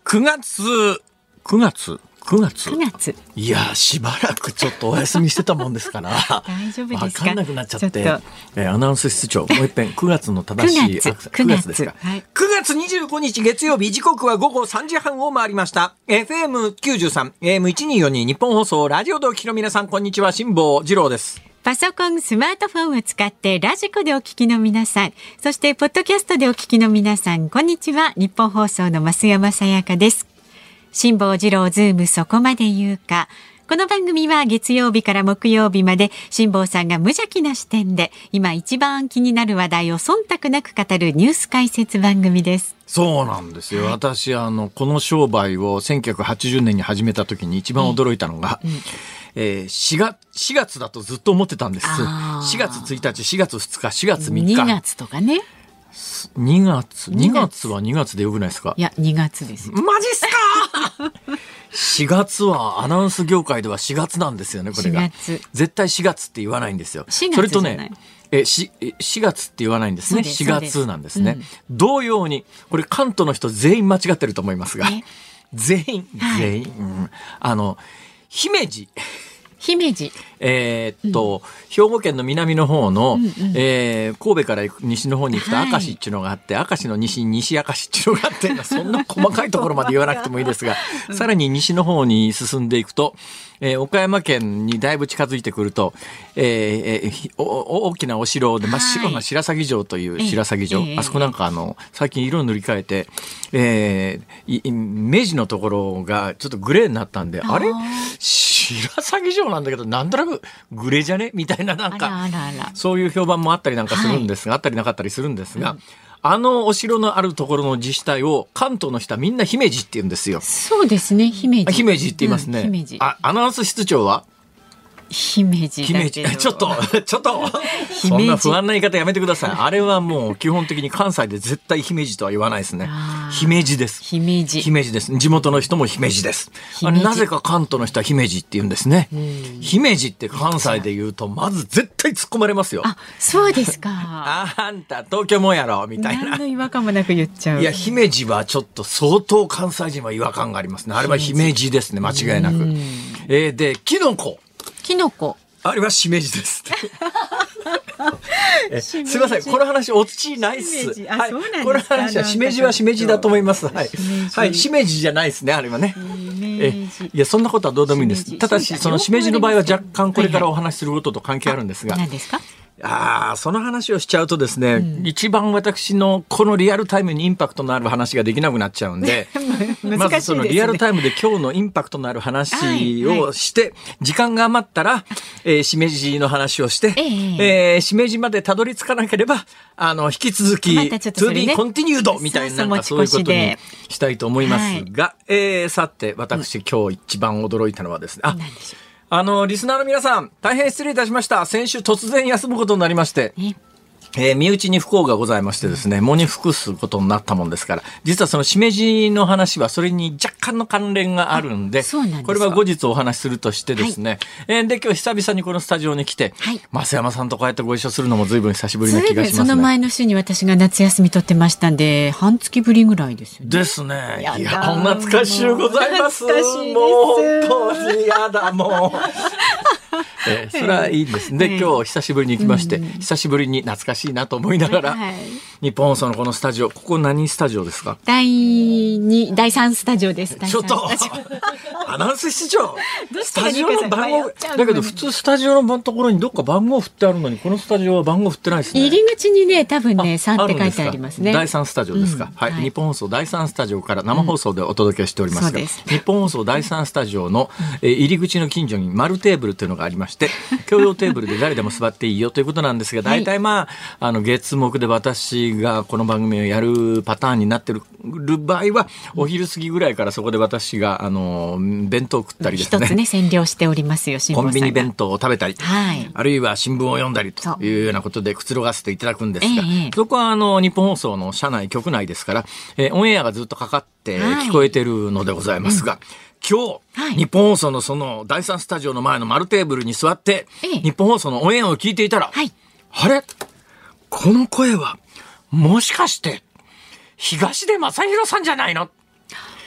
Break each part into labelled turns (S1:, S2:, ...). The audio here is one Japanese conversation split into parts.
S1: 9月
S2: 9月
S1: いやしばらくちょっとお休みしてたもんですから
S2: 大丈夫ですか。
S1: 分かんなくなっちゃってアナウンス室長もう一遍9月の正しい9月ですか、はい、9月25日月曜日、時刻は午後3時半を回りました。 FM93 AM1242 日本放送ラジオでお聞きの皆さん、こんにちは。辛坊治郎です。
S2: パソコン、スマートフォンを使ってラジコでお聞きの皆さん、そしてポッドキャストでお聞きの皆さん、こんにちは。日本放送の増山さやかです。辛坊治郎ズームそこまで言うか。この番組は月曜日から木曜日まで辛坊さんが無邪気な視点で今一番気になる話題を忖度なく語るニュース解説番組です。
S1: そうなんですよ。私この商売を1980年に始めた時に一番驚いたのが、4月だとずっと思ってたんです。4月1日、4月2日、4月3日、
S2: 2月とかね。
S1: 2月は2月でよくないですか。
S2: いや2月ですよ。
S1: マジっすか4月はアナウンス業界では4月なんですよね。これが
S2: 4月
S1: 絶対4月って言わないんですよ。
S2: 4月
S1: それとね4月って言わないんですね。4月なんですね、同様にこれ関東の人全員間違ってると思いますが、全員、姫路兵庫県の南の方の、神戸から西の方に行くと明石っていうのがあって、明石の西明石っていうのがあって、そんな細かいところまで言わなくてもいいですが、さらに西の方に進んでいくと、岡山県にだいぶ近づいてくると、大きなお城で真っ白な白鷺城という白鷺城、あそこなんか最近色を塗り替えて、明治のところがちょっとグレーになったんで、あれ白鷺城なんだけどなんとなくグレーじゃねみたいな、なんかそういう評判もあったりなんかするんですが、あったりなかったりするんですが、お城のあるところの自治体を関東の人はみんな姫路って言うんですよ。
S2: そうですね、姫路
S1: って言いますね、
S2: 姫路。
S1: アナウンス室長は
S2: 姫路だけど
S1: ちょっとそんな不安な言い方やめてください。あれはもう基本的に関西で絶対姫路とは言わないですね。姫路です。姫路です。地元の人も姫路です。なぜか関東の人は姫路って言うんですね。姫路って関西で言うとまず絶対突っ込まれますよ。
S2: そうですか
S1: あんた東京もんやろみたいな。
S2: 何の違和感もなく言っちゃう。
S1: いや、姫路はちょっと相当関西人は違和感がありますね。あれは姫路ですね、間違いなく。でキノコあれはしめじですすいません、この話お土ないっす。この話はしめじはしめじだと思います。しめじじゃないですね、あれはね。いや、そんなことはどうでもいいんです。ただしそのしめじの場合は若干これからお話しすることと関係あるんですが、
S2: 何ですか。
S1: その話をしちゃうとですね、一番私のこのリアルタイムにインパクトのある話ができなくなっちゃうんでまずそのリアルタイムで今日のインパクトのある話をして、時間が余ったら、しめじの話をして、しめじまでたどり着かなければ引き続き、to be continued みたいな、なんかそういうことにしたいと思いますが、さて私、今日一番驚いたのはですね、リスナーの皆さん、大変失礼いたしました。先週突然休むことになりまして、身内に不幸がございましてですね、喪に服すことになったもんですから、実はそのしめじの話はそれに若干の関連があるんで、これは後日お話しするとしてですね、で今日久々にこのスタジオに来て、増山さんとこうやってご一緒するのも随分久しぶりな気がしますね。
S2: その前の週に私が夏休み取ってましたんで、半月ぶりぐらいですよね。
S1: ですね。いや、懐かしゅうございます。もう本当にやだ、もうそれはいいんですね。今日久しぶりに行きまして、久しぶりに懐かしいなと思いながら、日本放送のこのスタジオ、ここ何スタジオですか。
S2: 第3スタジオです。
S1: ちょっとアナウンス室長、スタジオの番号だけど、普通スタジオのところにどっか番号振ってあるのに、このスタジオは番号振ってないですね。
S2: 入り口にね、多分ね3って書いてありますね。
S1: 第3スタジオですか。日本放送第3スタジオから生放送でお届けしておりますが、日本放送第3スタジオの入り口の近所に丸テーブルというのがありまして、共用テーブルで誰でも座っていいよということなんですが、大体月木で私がこの番組をやるパターンになってる場合は、お昼過ぎぐらいからそこで私が弁当を食ったりですね、
S2: 一つね占領しておりますよ。
S1: コンビニ弁当を食べたり、あるいは新聞を読んだりというようなことでくつろがせていただくんですが、そこは日本放送の社内局内ですから、オンエアがずっとかかって聞こえてるのでございますが、今日、日本放送のその第3スタジオの前の丸テーブルに座って、日本放送のオンエアを聞いていたら、あれ、この声はもしかして東出昌大さんじゃないの。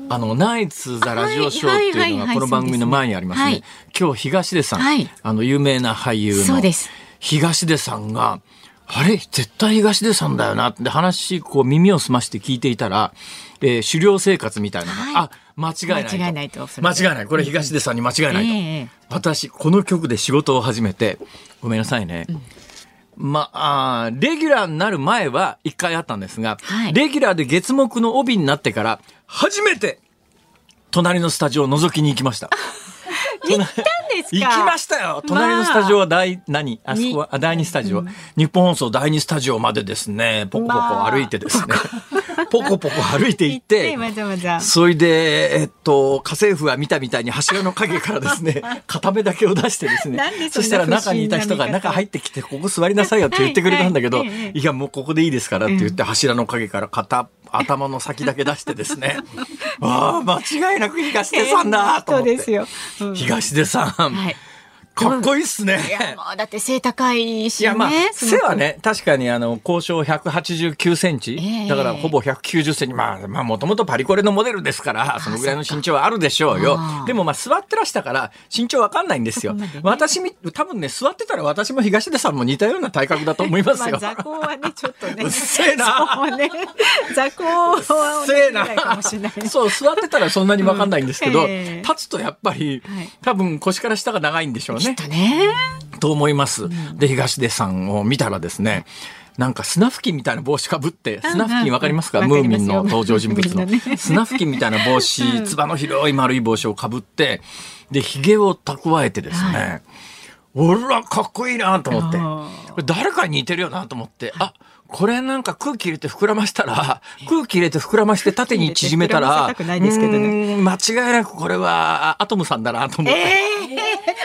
S1: ナイツ・ザ・ラジオショーっていうのがこの番組の前にありますね。今日東出さん、有名な俳優の東出さんが、あれ絶対東出さんだよなって話、耳を澄まして聞いていたら、狩猟生活みたいなのが、間違いないと。間違いない。これ東出さんに間違いないと。私、この局で仕事を始めて、ごめんなさいね。レギュラーになる前は1回あったんですが、レギュラーで月木の帯になってから、初めて、隣のスタジオを覗きに行きました。
S2: 行ったんですか？
S1: 行きましたよ。隣のスタジオはあそこは第2スタジオ、日本放送第2スタジオまでですね、ポコポコ歩いてですね、ポコポコ歩いて行って、それで、家政婦が見たみたいに柱の陰からですね、片目だけを出してですね、そしたら中にいた人が中入ってきて、ここ座りなさいよって言ってくれたんだけど、いやもうここでいいですからって言って柱の陰から頭の先だけ出してですね、間違いなく東出さんだと思って。東出さん、かっこいいっすね。
S2: いやもうだって背高いしね。
S1: 背はね確かに交渉189センチ、だからほぼ190センチ、もともとパリコレのモデルですからそのぐらいの身長はあるでしょうよ。でも座ってらしたから身長わかんないんですよ。私多分ね座ってたら私も東出さんも似たような体格だと思いますよ。
S2: 座高はねちょっとね。
S1: うっせえな。
S2: そうね。座高はうっせえな。
S1: そう座ってたらそんなにわかんないんですけど、立つとやっぱり多分腰から下が長いんでしょうね。と思います。で東出さんを見たらですね、なんかスナフキンみたいな帽子かぶって、スナフキンわかりますか？ムーミンの登場人物のスナフキンみたいな帽子、つばの広い丸い帽子をかぶって、で髭を蓄えてですね、おらかっこいいなと思って、これ誰かに似てるよなと思って、これなんか空気入れて膨らましたら、空気入れて膨らまして縦に縮めたら、間違いなくこれはアトムさんだなと思って。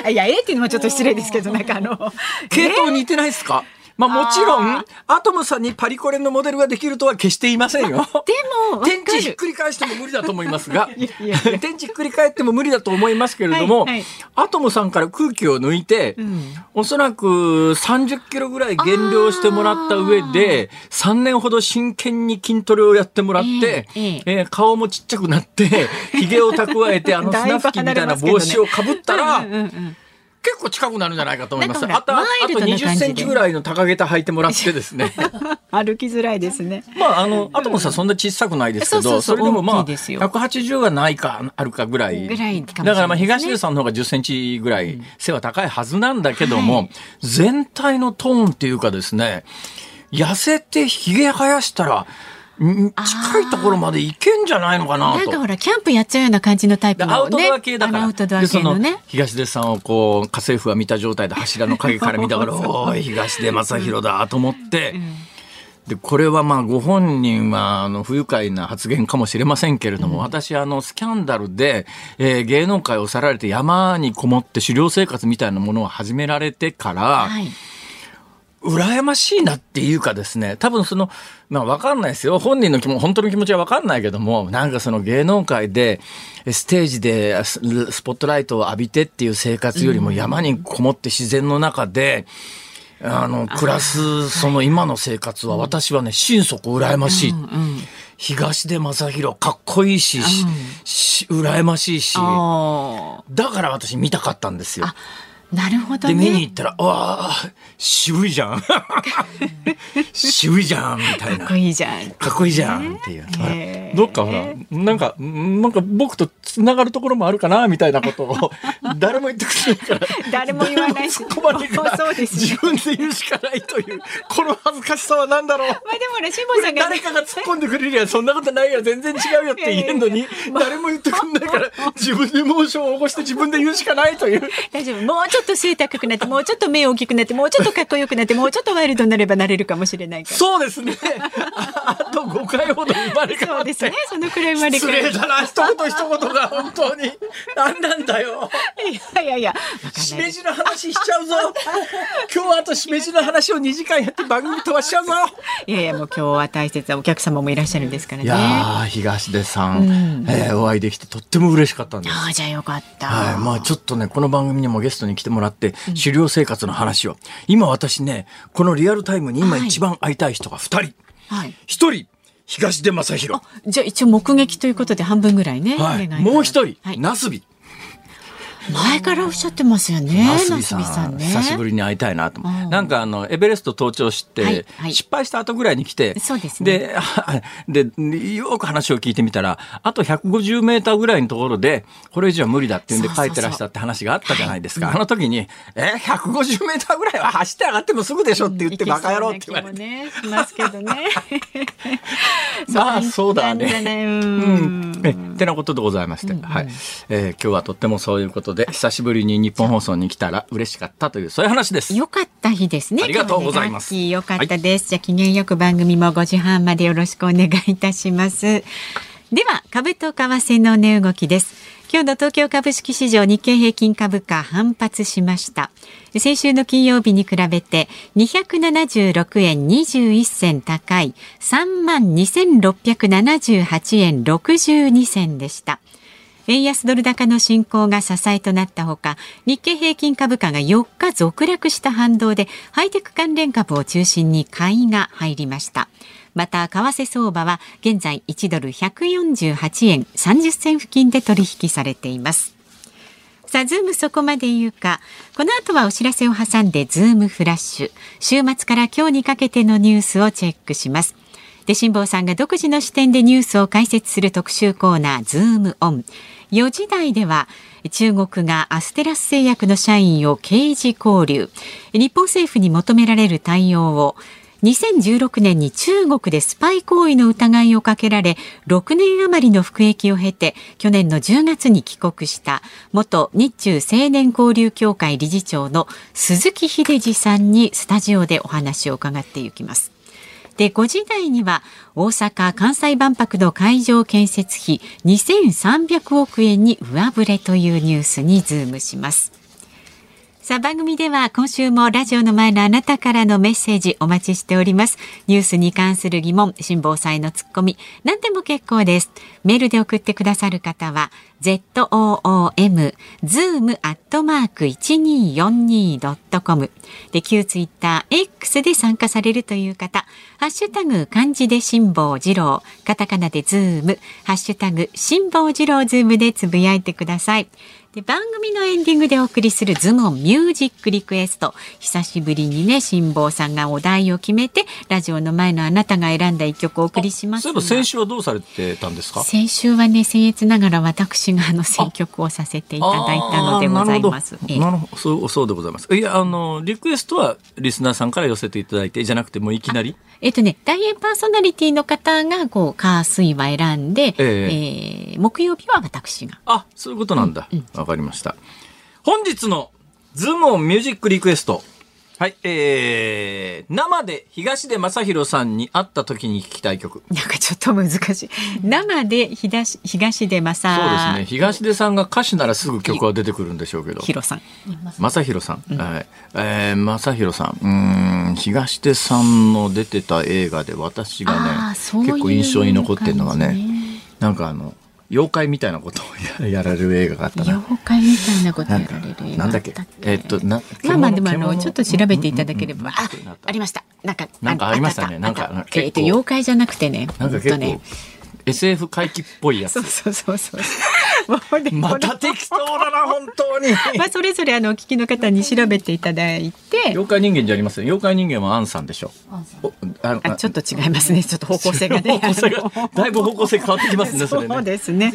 S2: いや、っていうのもちょっと失礼ですけど、
S1: 系統似てないですか？もちろんアトムさんにパリコレのモデルができるとは決して言いませんよ。
S2: でも
S1: 天地ひっくり返しても無理だと思いますが天地ひっくり返っても無理だと思いますけれども、アトムさんから空気を抜いて、おそらく30キロぐらい減量してもらった上で3年ほど真剣に筋トレをやってもらって、顔もちっちゃくなって髭を蓄えてスナフキンみたいな帽子をかぶったら結構近くなるんじゃないかと思います。あと20センチぐらいの高下駄履いてもらってですね。
S2: 歩きづらいですね。
S1: あともそんな小さくないですけど、それでも180はないかあるかぐらい。だから東出さんの方が10センチぐらい背は高いはずなんだけども、全体のトーンっていうかですね、痩せて髭生やしたら、近いところまで行けんじゃないのかなと。
S2: なんかほらキャンプやっちゃうような感じのタイプの、
S1: アウトドア系だから。
S2: アウトドア系のね。
S1: 東出さんを家政婦が見た状態で柱の陰から見たからおい東出正宏だと思って、でこれはご本人は不愉快な発言かもしれませんけれども、私スキャンダルで、芸能界を去られて山にこもって狩猟生活みたいなものを始められてから、羨ましいなっていうかですね、多分わかんないですよ。本人の本当の気持ちはわかんないけども、なんか芸能界で、ステージでスポットライトを浴びてっていう生活よりも山にこもって自然の中で、暮らす今の生活は私はね、心底羨ましい。東出正宏かっこいいし、羨ましいし、だから私見たかったんですよ。
S2: なるほどね。
S1: で見に行ったら渋いじゃん渋いじゃんみたいな、
S2: かっこいいじゃん
S1: っていう、どっかほらなんか僕とつながるところもあるかなみたいなことを誰も言ってくれないから
S2: 誰も言わないし、
S1: そこまでから自分で言うしかないというこの恥ずかしさは何だろう。
S2: でもね、辛坊さんが
S1: 誰かが突っ込んでくれるやそんなことないよ全然違うよって言えんのに誰も言ってくんないから自分でモーションを起こして自分で言うしかないという。
S2: 大丈夫、もうちょっと背高くなって、もうちょっと目大きくなって、もうちょっとかっこよくなって、もうちょっとワイルドになればなれるかもしれないから。
S1: そうですね。あと5回ほど生まれ変わって。
S2: そうですね。そのくらい生まれ変わって。
S1: 失礼だな、一言一言が本当に。何なんだよ。
S2: いや。
S1: しめじの話しちゃうぞ。今日あとしめじの話を2時間やって番組飛ばしちゃうぞ。
S2: いやもう今日は大切なお客様もいらっしゃるんですからね。
S1: いや東出さん、お会いできてとっても嬉しかったんです。
S2: じゃあよかった。
S1: ちょっとねこの番組にもゲストに来てもらって狩猟生活の話を、今私ねこのリアルタイムに今一番会いたい人が2人、1人東出昌大。
S2: じゃあ一応目撃ということで半分ぐらいね。
S1: はい、もう一人、なすび。
S2: 前からおっしゃってますよね。
S1: なすびさんね、久しぶりに会いたいなと。なんかエベレスト登頂して、失敗した後ぐらいに来て、
S2: そうですね。
S1: でよく話を聞いてみたら、あと150メーターぐらいのところでこれ以上は無理だっていうんで帰ってらしたって話があったじゃないですか。あの時に150メーターぐらいは走って上がってもすぐでしょって言ってバカ野郎って言われて、
S2: ね、しますけどね。
S1: まあそうだね。ってなことでございまして、はい、今日はとってもそういうことで久しぶりに日本放送に来たら嬉しかったというそういう話です。
S2: よかった日ですね。
S1: ありがとうございます。
S2: よかったです。じゃあ機嫌よく番組も5時半までよろしくお願いいたします。では株と為替の値動きです。今日の東京株式市場日経平均株価反発しました。先週の金曜日に比べて276円21銭高い 32,678 円62銭でした。円安ドル高の進行が支えとなったほか、日経平均株価が4日続落した反動でハイテク関連株を中心に買いが入りました。また為替相場は現在1ドル148円30銭付近で取引されています。さあズームそこまで言うか。この後はお知らせを挟んでズームフラッシュ、週末から今日にかけてのニュースをチェックします。で辛坊さんが独自の視点でニュースを解説する特集コーナーズームオン。4時台では中国がアステラス製薬の社員を刑事拘留、日本政府に求められる対応を、2016年に中国でスパイ行為の疑いをかけられ6年余りの服役を経て去年の10月に帰国した元日中青年交流協会理事長の鈴木秀司さんにスタジオでお話を伺っていきます。で5時台には大阪・関西万博の会場建設費2300億円に上振れというニュースにズームします。さあ番組では今週もラジオの前のあなたからのメッセージお待ちしております。ニュースに関する疑問、辛坊さんへのツッコミ、何でも結構です。メールで送ってくださる方は zoom@1242.com で旧ツイッター X で参加されるという方、ハッシュタグ漢字で辛坊治郎、カタカナでズーム、ハッシュタグ辛坊治郎ズームでつぶやいてください。で番組のエンディングでお送りするズモンミュージックリクエスト、久しぶりにね辛坊さんがお題を決めてラジオの前のあなたが選んだ一曲をお送りします。
S1: そういえば先週はどうされてたんですか？
S2: 先週はね僭越ながら私が選曲をさせていただいたのでございます。
S1: なるほど、そうでございます。いやリクエストはリスナーさんから寄せていただいてじゃなくてもういきなり
S2: 大円パーソナリティの方が火水は選んで、木曜日は私が。
S1: そういうことなんだ。わかりました。本日のズモンミュージックリクエスト。はい、生で東出昌大さんに会った時に聴きたい曲。
S2: なんかちょっと難しい。生で東出正。そうです
S1: ね。東出さんが歌手ならすぐ曲は出てくるんでしょうけど。
S2: 弘さん。
S1: 正弘さん。はい。正弘さん。東出さんの出てた映画で私がね、結構印象に残ってるのがね、なんか妖怪みたいなことをやられる映画があったな。
S2: 妖怪みたいなことやられる映画
S1: なんだっけ。
S2: まあでもちょっと調べていただければ、ありました。なんか
S1: ありましたね。なんか
S2: 妖怪じゃなくてね。
S1: なんか結構SF 怪奇っぽいやつ。
S2: そう。
S1: また適当だな本当に。
S2: それぞれお聞きの方に調べていただいて。
S1: 妖怪人間じゃありません。妖怪人間はアンさんでしょ。
S2: ちょっと違いますね。ちょっと方向性がね。
S1: だいぶ方向性変わってきますね。それね。
S2: そうですね。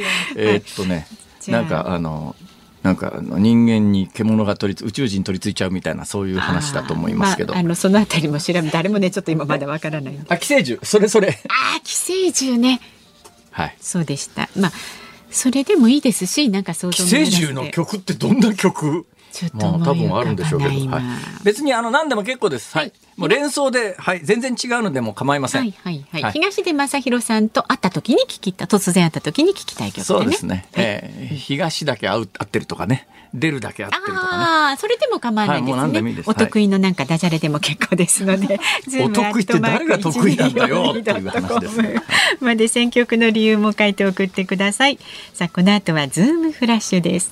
S1: なんか人間に獣が宇宙人取り付いちゃうみたいなそういう話だと思いますけど、
S2: そのあたりも調べ誰もねちょっと今まだわからない。
S1: 寄生獣それ
S2: 寄生獣ね。
S1: はい、
S2: そうでした。それでもいいですし、なんか想像
S1: 寄生獣の曲ってどんな曲？
S2: ちょっと
S1: 多分あるんでしょうけど、別に何でも結構です。はい。もう連想で、全然違うのでも構いません。
S2: 東出昌大さんと会った時に突然会った時に聞きたい曲でね。
S1: そうですね。東だけ合ってるとかね。出るだけ合ってるとかね。
S2: それでも構わないですね。
S1: もう何でもいいです。
S2: お得意のなんかダジャレでも結構ですので。
S1: お得意って誰が得意なんだよっていう話です。
S2: まで選曲の理由も書いて送ってください。さあこの後はズームフラッシュです。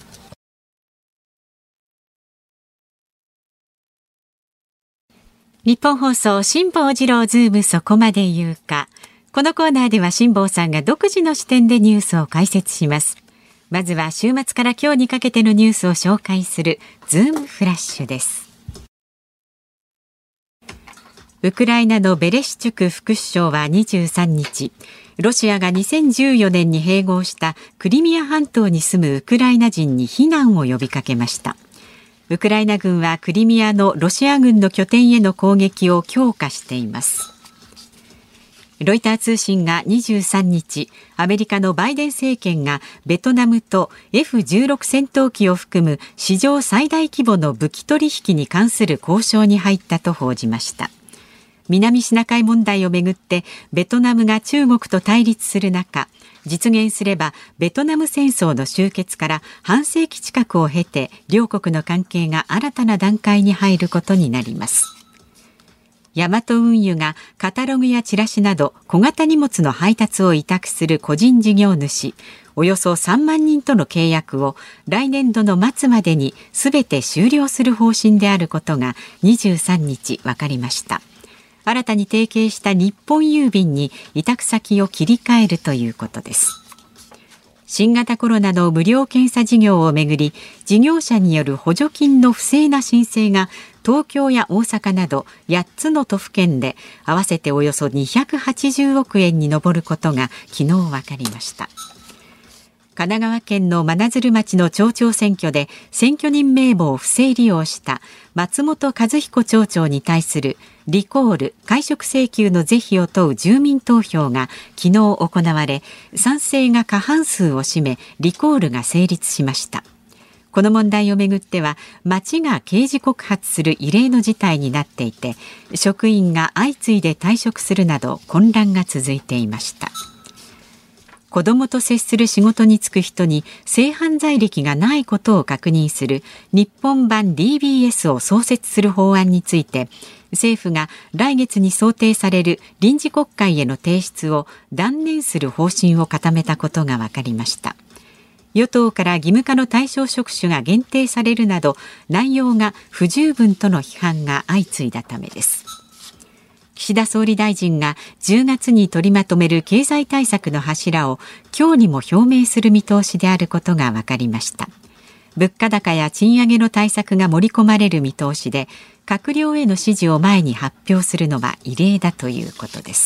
S2: 日本放送辛坊治郎ズームそこまで言うか。 このコーナーでは辛坊さんが独自の視点でニュースを解説します。まずは週末から今日にかけてのニュースを紹介するズームフラッシュです。ウクライナのベレシチュク副首相は23日、ロシアが2014年に併合したクリミア半島に住むウクライナ人に避難を呼びかけました。ウクライナ軍はクリミアのロシア軍の拠点への攻撃を強化しています。ロイター通信が23日、アメリカのバイデン政権がベトナムと F16 戦闘機を含む史上最大規模の武器取引に関する交渉に入ったと報じました。南シナ海問題をめぐってベトナムが中国と対立する中、実現すればベトナム戦争の終結から半世紀近くを経て両国の関係が新たな段階に入ることになります。ヤマト運輸がカタログやチラシなど小型荷物の配達を委託する個人事業主およそ3万人との契約を来年度の末までに全て終了する方針であることが23日分かりました。新たに提携した日本郵便に委託先を切り替えるということです。新型コロナの無料検査事業をめぐり、事業者による補助金の不正な申請が東京や大阪など8つの都府県で合わせておよそ280億円に上ることが昨日分かりました。神奈川県の真鶴町の町長選挙で選挙人名簿を不正利用した松本一彦町長に対するリコール・解職請求の是非を問う住民投票が昨日行われ、賛成が過半数を占めリコールが成立しました。この問題をめぐっては町が刑事告発する異例の事態になっていて、職員が相次いで退職するなど混乱が続いていました。子どもと接する仕事に就く人に性犯罪歴がないことを確認する日本版 DBS を創設する法案について、政府が来月に想定される臨時国会への提出を断念する方針を固めたことが分かりました。与党から義務化の対象職種が限定されるなど内容が不十分との批判が相次いだためです。岸田総理大臣が10月に取りまとめる経済対策の柱を今日にも表明する見通しであることが分かりました。物価高や賃上げの対策が盛り込まれる見通しで、閣僚への指示を前に発表するのは異例だということです。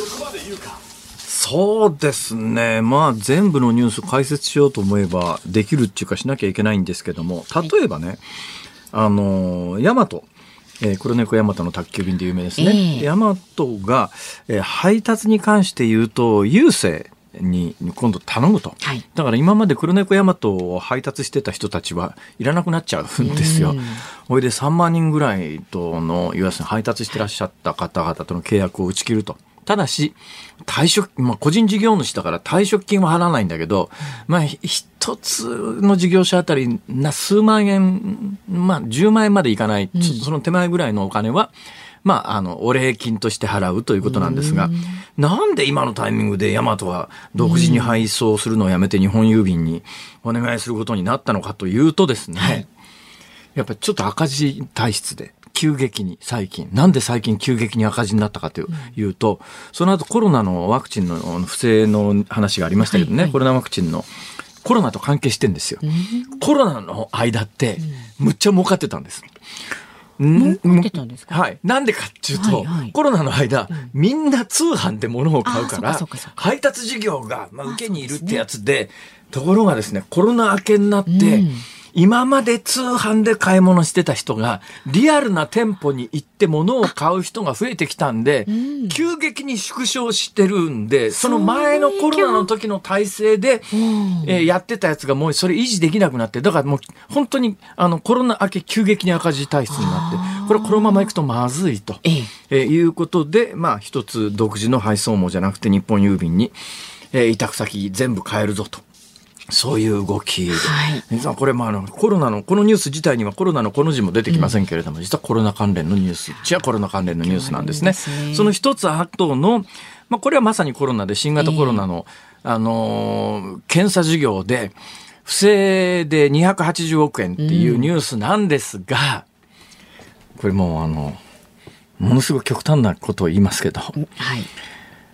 S1: そうですね、全部のニュース解説しようと思えばできるっていうかしなきゃいけないんですけども、例えばね、ヤマト、黒猫ヤマトの宅急便で有名ですね。ヤマトが、配達に関して言うと郵政に今度頼むと、はい、だから今まで黒猫ヤマトを配達してた人たちはいらなくなっちゃうんですよ。それで3万人ぐらいとの要するに配達してらっしゃった方々との契約を打ち切ると。ただし退職、個人事業主だから退職金は払わないんだけど、一つの事業者あたり数万円、10万円までいかない、その手前ぐらいのお金はお礼金として払うということなんですが、なんで今のタイミングでヤマトは独自に配送するのをやめて日本郵便にお願いすることになったのかというとですね、はい、やっぱりちょっと赤字体質で急激になんで最近急激に赤字になったかというと、その後コロナのワクチンの不正の話がありましたけどね、はいはい、コロナワクチンのコロナと関係してんですよ。コロナの間ってむっちゃ儲かってたんです。
S2: 儲かってたんですか？
S1: はい。なんでかっていうと、コロナの間、みんな通販で物を買うから配達事業が受けにいるってやつで、ところがですね、コロナ明けになって、今まで通販で買い物してた人がリアルな店舗に行って物を買う人が増えてきたんで、急激に縮小してるんで、その前のコロナの時の体制で、やってたやつがもうそれ維持できなくなって、だからもう本当にコロナ明け急激に赤字体質になって、これこのままいくとまずいと、いうことで、一つ独自の配送網じゃなくて日本郵便に、委託先全部変えるぞと。そういう動きで、実はこれコロナのこのニュース自体にはコロナのこの字も出てきませんけれども、実はコロナ関連のニュース、コロナ関連のニュースなんですね。その一つ後の、これはまさにコロナで新型コロナの、検査事業で不正で280億円っていうニュースなんですが、これもうものすごく極端なことを言いますけど、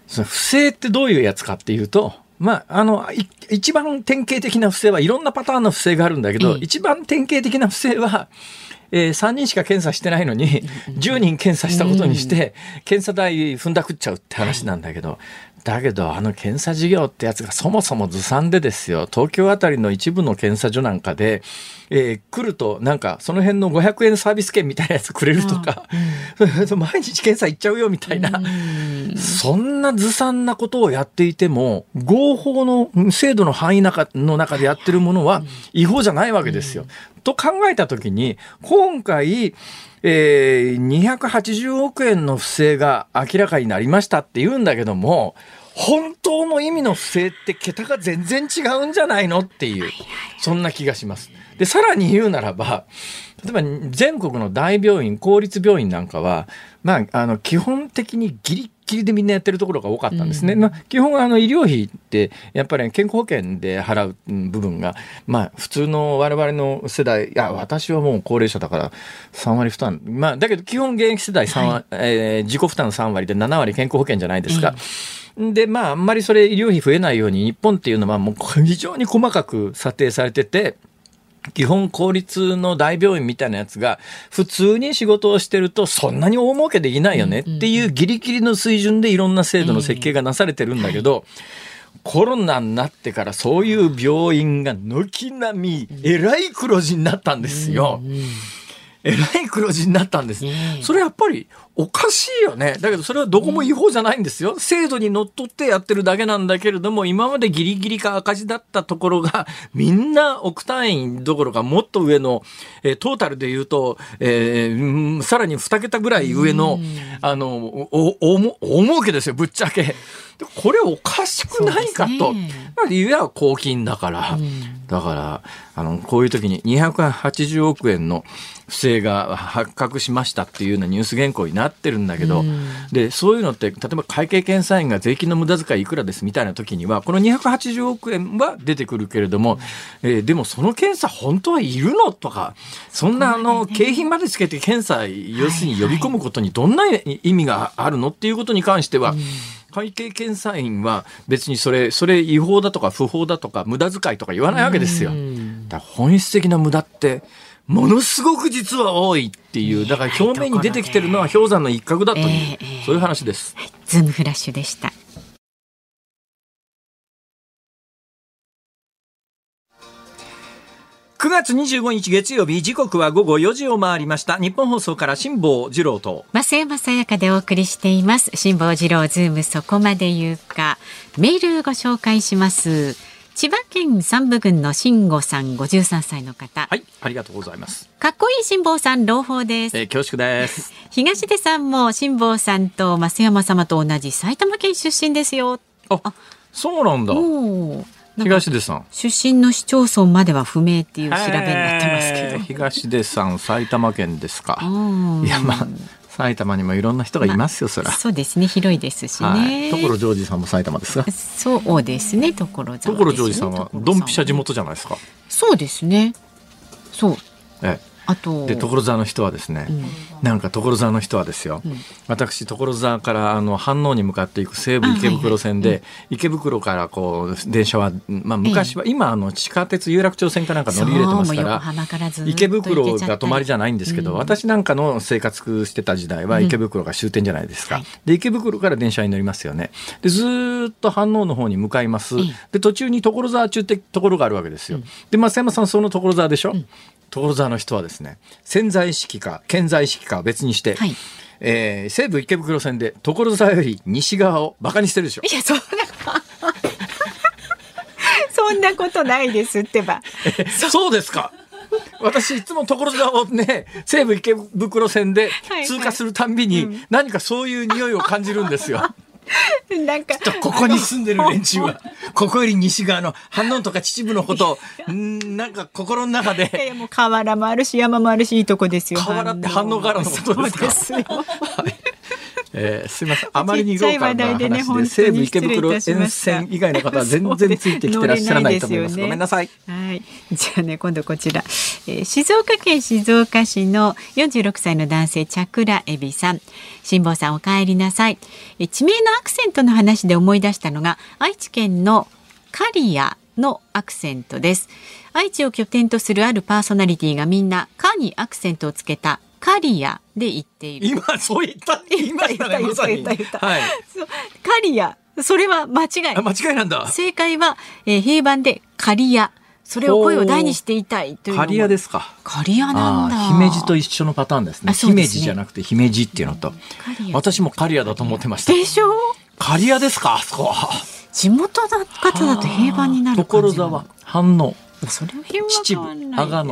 S1: その不正ってどういうやつかっていうと、一番典型的な不正はいろんなパターンの不正があるんだけど、一番典型的な不正は、3人しか検査してないのに10人検査したことにして検査代踏んだくっちゃうって話なんだけど、だけど検査事業ってやつがそもそもずさんでですよ、東京あたりの一部の検査所なんかで、来るとなんかその辺の500円サービス券みたいなやつくれるとか、毎日検査行っちゃうよみたいな、そんなずさんなことをやっていても合法の制度の範囲の中でやってるものは違法じゃないわけですよ。と考えたときに今回、280億円の不正が明らかになりましたって言うんだけども、本当の意味の不正って桁が全然違うんじゃないのっていう、そんな気がします。でさらに言うならば、例えば全国の大病院、公立病院なんかは、基本的にギリギリでみんなやってるところが多かったんですね。基本医療費ってやっぱり健康保険で払う部分が、普通の我々の世代、私はもう高齢者だから3割負担、だけど基本現役世代自己負担3割で7割健康保険じゃないですか。であんまりそれ医療費増えないように日本っていうのはもう非常に細かく査定されてて、基本公立の大病院みたいなやつが普通に仕事をしてるとそんなに大儲けできないよねっていうギリギリの水準でいろんな制度の設計がなされてるんだけど、コロナになってからそういう病院が軒並みえらい黒字になったんですよ。えらい黒字になったんです。それやっぱりおかしいよね。だけどそれはどこも違法じゃないんですよ。制度にのっとってやってるだけなんだけれども、今までギリギリか赤字だったところがみんな億単位どころかもっと上の、トータルで言うと、さらに2桁ぐらい上の、大儲けですよ、ぶっちゃけ。これおかしくないかと。理由は公金だから。だからこういう時に280億円の不正が発覚しましたっていうようなニュース原稿になってるんだけど、でそういうのって例えば会計検査院が税金の無駄遣いいくらですみたいな時にはこの280億円は出てくるけれども、でもその検査本当はいるのとか、そんな景品までつけて検査要するに呼び込むことにどんな意味があるのっていうことに関しては、会計検査院は別にそれ違法だとか不法だとか無駄遣いとか言わないわけですよ。だから本質的な無駄ってものすごく実は多いっていう、だから表面に出てきてるのは氷山の一角だという、そういう話です。
S2: ズームフラッシュでした。
S1: 9月25日月曜日、時刻は午後4時を回りました。日本放送から辛坊治郎と
S2: 増山さやかでお送りしています。辛坊治郎ズームそこまで言うか。メールご紹介します。千葉県山武郡の慎吾さん、53歳の方。
S1: はい、ありがとうございます。
S2: かっこいい辛坊さん、朗報です。
S1: 恐縮です。
S2: 東出さんも辛坊さんと増山様と同じ埼玉県出身ですよ。
S1: そうなんだ。東出さん
S2: 出身の市町村までは不明っていう調べになってますけど、
S1: 東出さん埼玉県ですか。いや埼玉にもいろんな人がいますよ、そら。
S2: そうですね、広いですしね。
S1: 所ジョージさんも埼玉ですか。
S2: そうですね、所ジョ
S1: ージさんはドンピシャ地元じゃないですか。
S2: そうですね。そう。あと
S1: で所沢の人はですね、なんか所沢の人はですよ、私所沢から飯能に向かっていく西武池袋線で、池袋からこう電車は、昔は、今地下鉄有楽町線かなんか乗り入れてますから、池袋が止まりじゃないんですけど、私なんかの生活してた時代は池袋が終点じゃないですか。で池袋から電車に乗りますよね。でずっと飯能の方に向かいます。で途中に所沢中ってところがあるわけですよ。で増山さんその所沢でしょ。所沢の人はですね、潜在意識か顕在意識かは別にして、西武池袋線で所沢より西側をバカにしてるでしょ。
S2: いやそんなことないですってば。
S1: そうですか。私いつも所沢をね、西武池袋線で通過するたんびに何かそういう匂いを感じるんですよ。
S2: なんか
S1: ここに住んでる連中はここより西側の飯能とか秩父のことをなんか心の中で
S2: もう河原もあるし山もあるしいいとこですよ。
S1: 河原って飯能からのことですか。
S2: そうですよ。
S1: すいません、あまりにローカルな話で西武池袋沿線以外の方は全然ついてきてらっしゃらないと思います。ごめんなさい。
S2: はい、じゃあね、今度こちら、静岡県静岡市の46歳の男性、チャクラエビさん。辛坊さん、お帰りなさい。地名のアクセントの話で思い出したのが愛知県の刈谷のアクセントです。愛知を拠点とするあるパーソナリティがみんな「か」にアクセントをつけた刈谷で言っている。
S1: 今そう言いましたね。まさに。はい。
S2: 刈谷、それは間違い。
S1: 間違いなんだ。
S2: 正解は、平板で刈谷。それを声を大にして言いたいという。
S1: 刈谷ですか。
S2: 刈谷なんだ。
S1: 姫路と一緒のパターンですね。姫路じゃなくて姫路っていうのと。私も刈谷だと思ってました。
S2: でしょ。
S1: 刈谷ですか。あそこは。
S2: 地元の方だと平板になる感じ。
S1: 所沢、飯能、
S2: それは秩
S1: 父、阿賀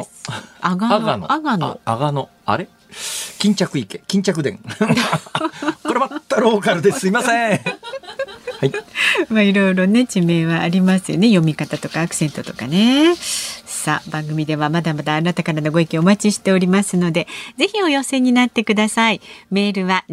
S1: 野、あれ？巾着池、巾着田。これまたローカルです。すいません。はい。
S2: いろいろね、地名はありますよね。読み方とかアクセントとかね。さあ、番組ではまだまだあなたからのご意見お待ちしておりますので、ぜひお寄せになってください。メールは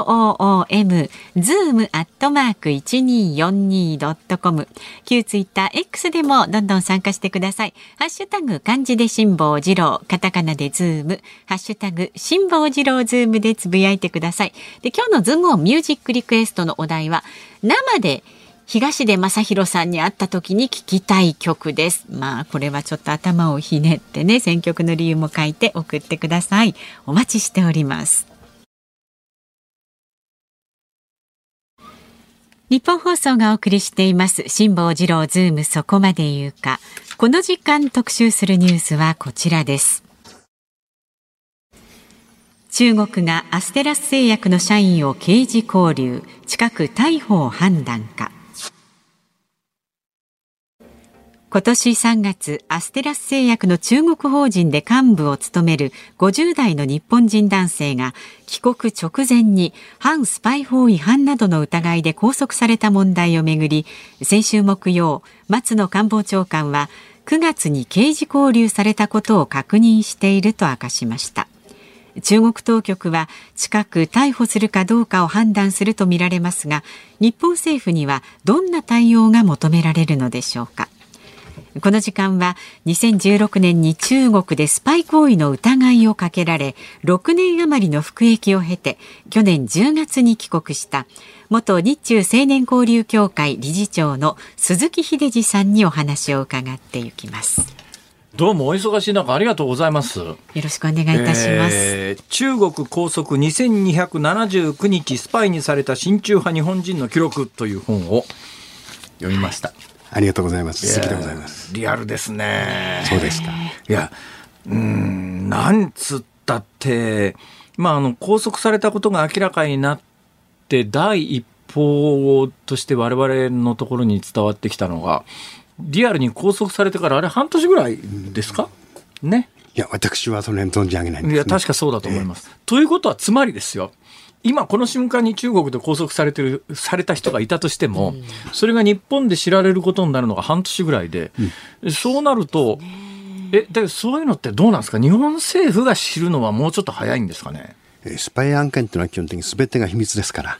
S2: zoom@1242.com、 旧ツイッター X でもどんどん参加してください。ハッシュタグ漢字で辛坊治郎、カタカナでズーム、ハッシュタグ辛坊治郎ズームでつぶやいてください。で、今日のズームオンミュージックリクエストのお題は、生で東出昌大さんに会った時に聴きたい曲です。これはちょっと頭をひねってね、選曲の理由も書いて送ってください。お待ちしております。日本放送がお送りしています辛坊治郎ズームそこまで言うか。この時間特集するニュースはこちらです。中国がアステラス製薬の社員を刑事拘留、近く逮捕を判断か。今年3月、アステラス製薬の中国法人で幹部を務める50代の日本人男性が帰国直前に反スパイ法違反などの疑いで拘束された問題をめぐり、先週木曜、松野官房長官は9月に刑事拘留されたことを確認していると明かしました。中国当局は近く逮捕するかどうかを判断するとみられますが、日本政府にはどんな対応が求められるのでしょうか。この時間は2016年に中国でスパイ行為の疑いをかけられ6年余りの服役を経て去年10月に帰国した元日中青年交流協会理事長の鈴木秀司さんにお話を伺っていきます。
S1: どうもお忙しい中ありがとうございます。よ
S2: ろしくお願いいたします。
S1: 中国拘束2279日スパイにされた親中派日本人の記録という本を読みました。
S3: ありがとうございます。素敵でございます。
S1: リアルですね。
S3: そうですか。
S1: いや、なんつったって、拘束されたことが明らかになって第一報として我々のところに伝わってきたのが、リアルに拘束されてからあれ半年ぐらいですか、ね。
S3: いや、私はその辺存じ上げないんですね。
S1: いや、確かそうだと思います。ということはつまりですよ。今この瞬間に中国で拘束された人がいたとしても、それが日本で知られることになるのが半年ぐらいで、そうなるとだそういうのってどうなんですか。日本政府が知るのはもうちょっと早いんですかね。
S3: スパイ案件というのは基本的に全てが秘密ですから、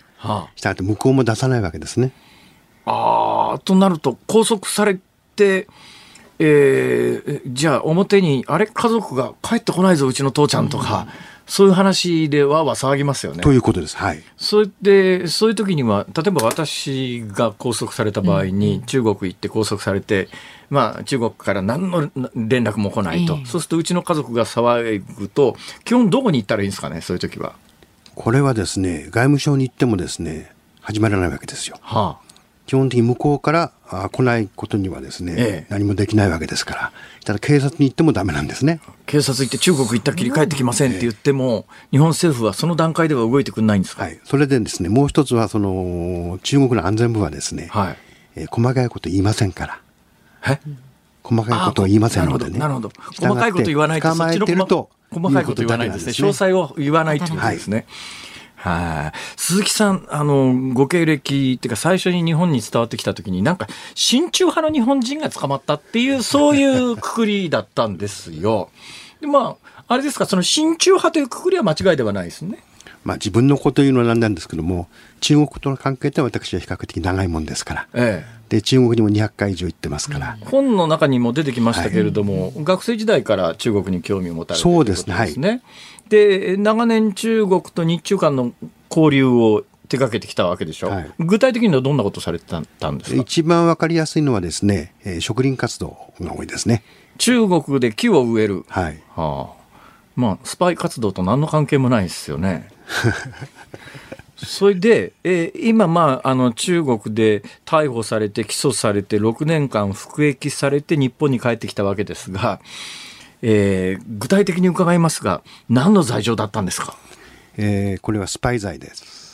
S3: したがって向こうも出さないわけですね。
S1: となると拘束されて、じゃあ表にあれ家族が帰ってこないぞうちの父ちゃんとか、そういう話でわー騒ぎますよね。
S3: ということです。はい。
S1: そういう時には例えば私が拘束された場合に、中国行って拘束されて、中国から何の連絡も来ないと、そうするとうちの家族が騒ぐと基本どこに行ったらいいんですかね。そういう時は
S3: これはですね、外務省に行ってもですね始まらないわけですよ。基本的に向こうから来ないことにはですね、何もできないわけですから、ただ警察に行ってもダメなんですね。
S1: 警察行って中国行ったきり帰ってきませんって言っても、日本政府はその段階では動いてくれないんですか。
S3: それでですね、もう一つはその中国の安全部はですね、細かいこと言いませんから。細かいことを言いませんのでね。
S1: なるほど。細かいこと言わないと、
S3: 捕まえてると
S1: 細かいこと言わないですね。詳細を言わないということですね。鈴木さん、ご経歴っていうか最初に日本に伝わってきた時になんか親中派の日本人が捕まったっていうそういうくくりだったんですよ。であれですか、その親中派というくくりは間違いではないですね。
S3: 自分の子というのはなんなんですけども、中国との関係って私は比較的長いもんですから、で中国にも200回以上行ってますから、
S1: 本の中にも出てきましたけれども、学生時代から中国に興味を持たれているということですね。で長年中国と日中間の交流を手掛けてきたわけでしょ、具体的にはどんなことをされてたんですか？
S3: 一番わかりやすいのはですね、植林活動が多いですね。
S1: 中国で木を植える、スパイ活動と何の関係もないですよね。それで、今、中国で逮捕されて起訴されて6年間服役されて日本に帰ってきたわけですが、具体的に伺いますが、何の罪状だったんですか？
S3: これはスパイ罪です。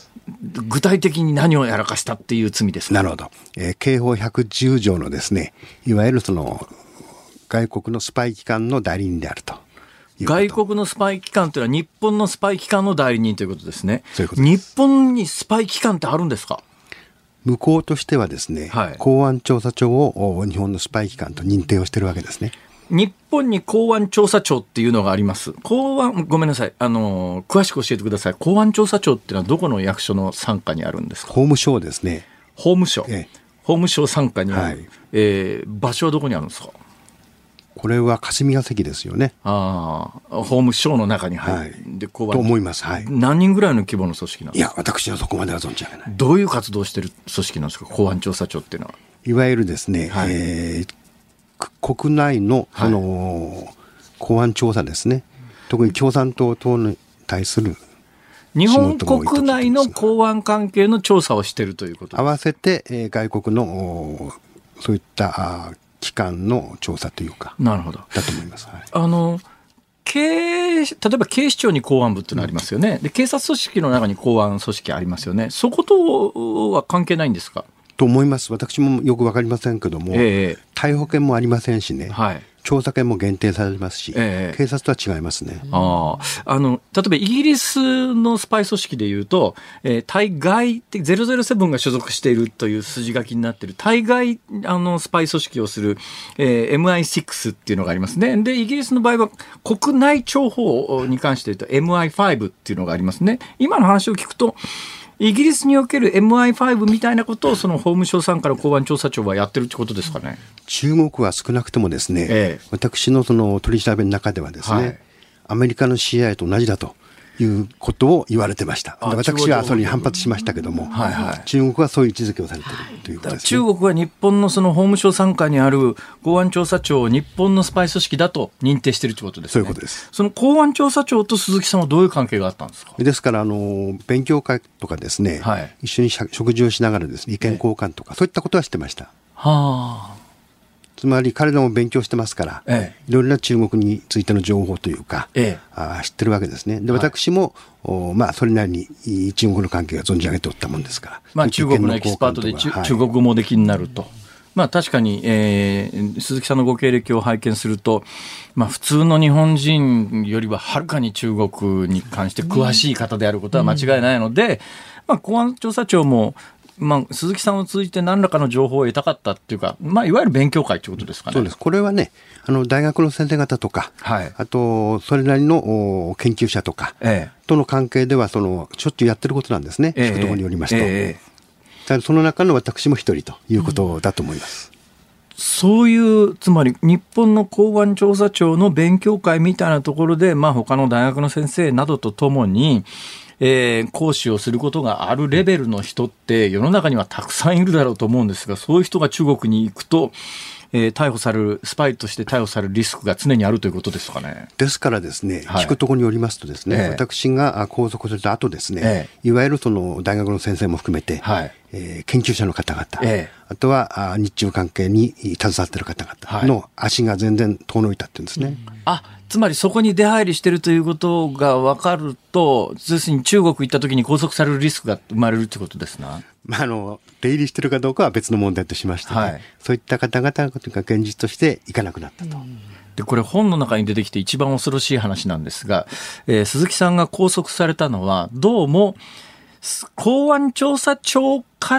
S1: 具体的に何をやらかしたっていう罪ですか？
S3: なるほど。刑法110条のですね、いわゆるその外国のスパイ機関の代理人であると。
S1: 外国のスパイ機関というのは日本のスパイ機関の代理人ということですね。
S3: そういうことです。
S1: 日本にスパイ機関ってあるんですか？
S3: 向こうとしてはですね、公安調査庁を日本のスパイ機関と認定をしているわけですね。
S1: 日本に公安調査庁っていうのがあります。ごめんなさい。詳しく教えてください。公安調査庁っていうのはどこの役所の傘下にあるんですか？
S3: 法務省ですね。
S1: 法務省。法務省傘下にある。場所はどこにあるんですか？
S3: これは霞が関ですよね。
S1: 法務省の中に入る、で公安
S3: と思います。
S1: 何人ぐらいの規模の組織なんですか？
S3: いや、私はそこまでは存じ上げない。
S1: どういう活動をしている組織なんですか、公安調査庁っていうのは？
S3: いわゆるですね、国内のその公安調査ですね、特に共産党等に対する
S1: 日本国内の公安関係の調査をしているということです。
S3: 合わせて、外国のそういった機関の調査というか、
S1: なるほど、
S3: だと思います。
S1: 例えば警視庁に公安部っていうのがありますよね。で警察組織の中に公安組織ありますよね。そことは関係ないんですか？
S3: と思います。私もよく分かりませんけども、逮捕権もありませんしね、調査権も限定されますし、警察とは違いますね。
S1: 例えばイギリスのスパイ組織でいうと、対外って007が所属しているという筋書きになっている対外スパイ組織をする、MI6 っていうのがありますね。でイギリスの場合は国内諜報に関して言うと MI5 っていうのがありますね。今の話を聞くとイギリスにおける MI5 みたいなことをその法務省傘下の公安調査庁はやってるってことですかね。
S3: 中国は少なくともですね、私のその取り調べの中ではですね、アメリカの CIA と同じだということを言われてました。私はそれに反発しましたけども、中国はそういう位置づけをされているということですね。
S1: 中国は日本のその法務省傘下にある公安調査庁を日本のスパイ組織だと認定しているということですね。
S3: そういうことです。
S1: その公安調査庁と鈴木さんはどういう関係があったんですか？
S3: ですから勉強会とかですね、一緒に食事をしながらですね、意見交換とか、そういったことはしてました。つまり彼らも勉強してますから、いろいろな中国についての情報というか、知ってるわけですね。で私も、それなりに中国の関係が存じ上げておったもんですから、
S1: 中国のエキスパートで中国語もできになると。確かに、鈴木さんのご経歴を拝見すると、普通の日本人よりははるかに中国に関して詳しい方であることは間違いないので、公安調査庁も鈴木さんを通じて何らかの情報を得たかったっていうか、いわゆる勉強会ということですかね。
S3: そうです。これはね、大学の先生方とか、あとそれなりの研究者とか、との関係ではしょっちゅうやってることなんですね。聞くところによりますと、その中の私も一人ということだと思います。
S1: そういうつまり日本の公安調査庁の勉強会みたいなところで、他の大学の先生などとともに講師をすることがあるレベルの人って世の中にはたくさんいるだろうと思うんですが、そういう人が中国に行くと、逮捕されるスパイとして逮捕されるリスクが常にあるということですかね。
S3: ですからですね、聞くところによりますとですね、私が拘束された後ですね、いわゆるその大学の先生も含めて、研究者の方々、あとは日中関係に携わっている方々の足が全然遠のいたっていうんですね。
S1: つまりそこに出入りしているということが分かると、要するに中国行った時に拘束されるリスクが生まれるということですな。
S3: 出入りしているかどうかは別の問題としまして、そういった方々が現実として行かなくなったと。
S1: でこれ本の中に出てきて一番恐ろしい話なんですが、鈴木さんが拘束されたのはどうも公安調査庁から、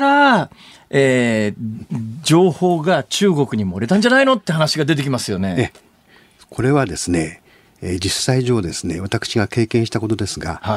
S1: 情報が中国に漏れたんじゃないのって話が出てきますよね。こ
S3: れはですね、実際上ですね、私が経験したことですが、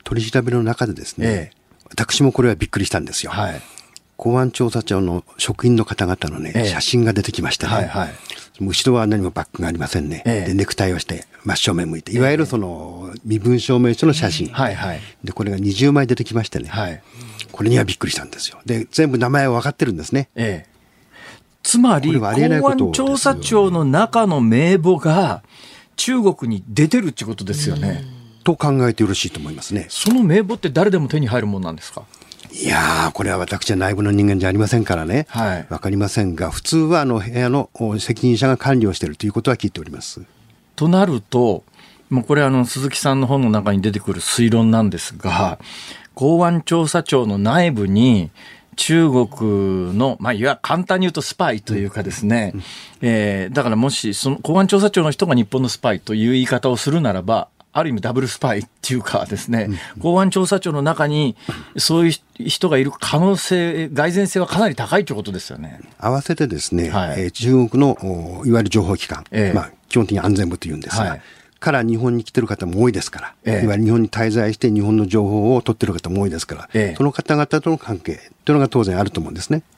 S3: 取り調べの中でですね、私もこれはびっくりしたんですよ。はい、公安調査庁の職員の方々のね、写真が出てきましてね、はいはい、後ろは何もバッグがありませんね。でネクタイをして真正面向いて、いわゆるその身分証明書の写真、はいはい、でこれが20枚出てきましてね、はい、これにはびっくりしたんですよ。で全部名前は分かってるんですね。
S1: つまり公安調査庁の中の名簿が中国に出てるってことですよね。
S3: と考えてよろしいと思いますね。
S1: その名簿って誰でも手に入るもんなんですか？
S3: いやー、これは私は内部の人間じゃありませんからね、はい、分かりませんが、普通は部屋の責任者が管理をしているということは聞いております。
S1: となると、もうこれ鈴木さんの本の中に出てくる推論なんですが、公安調査庁の内部に中国の、いわゆる簡単に言うとスパイというかですね、だからもしその公安調査庁の人が日本のスパイという言い方をするならば、ある意味ダブルスパイっていうかですね、公安調査庁の中にそういう人がいる可能性、蓋然性はかなり高いということですよね。
S3: 合わせてですね、はい、中国のいわゆる情報機関、基本的に安全部というんですが、はい、から日本に来てる方も多いですから、いわゆる日本に滞在して日本の情報を取ってる方も多いですから、その方々との関係というのが当然あると思うんですね。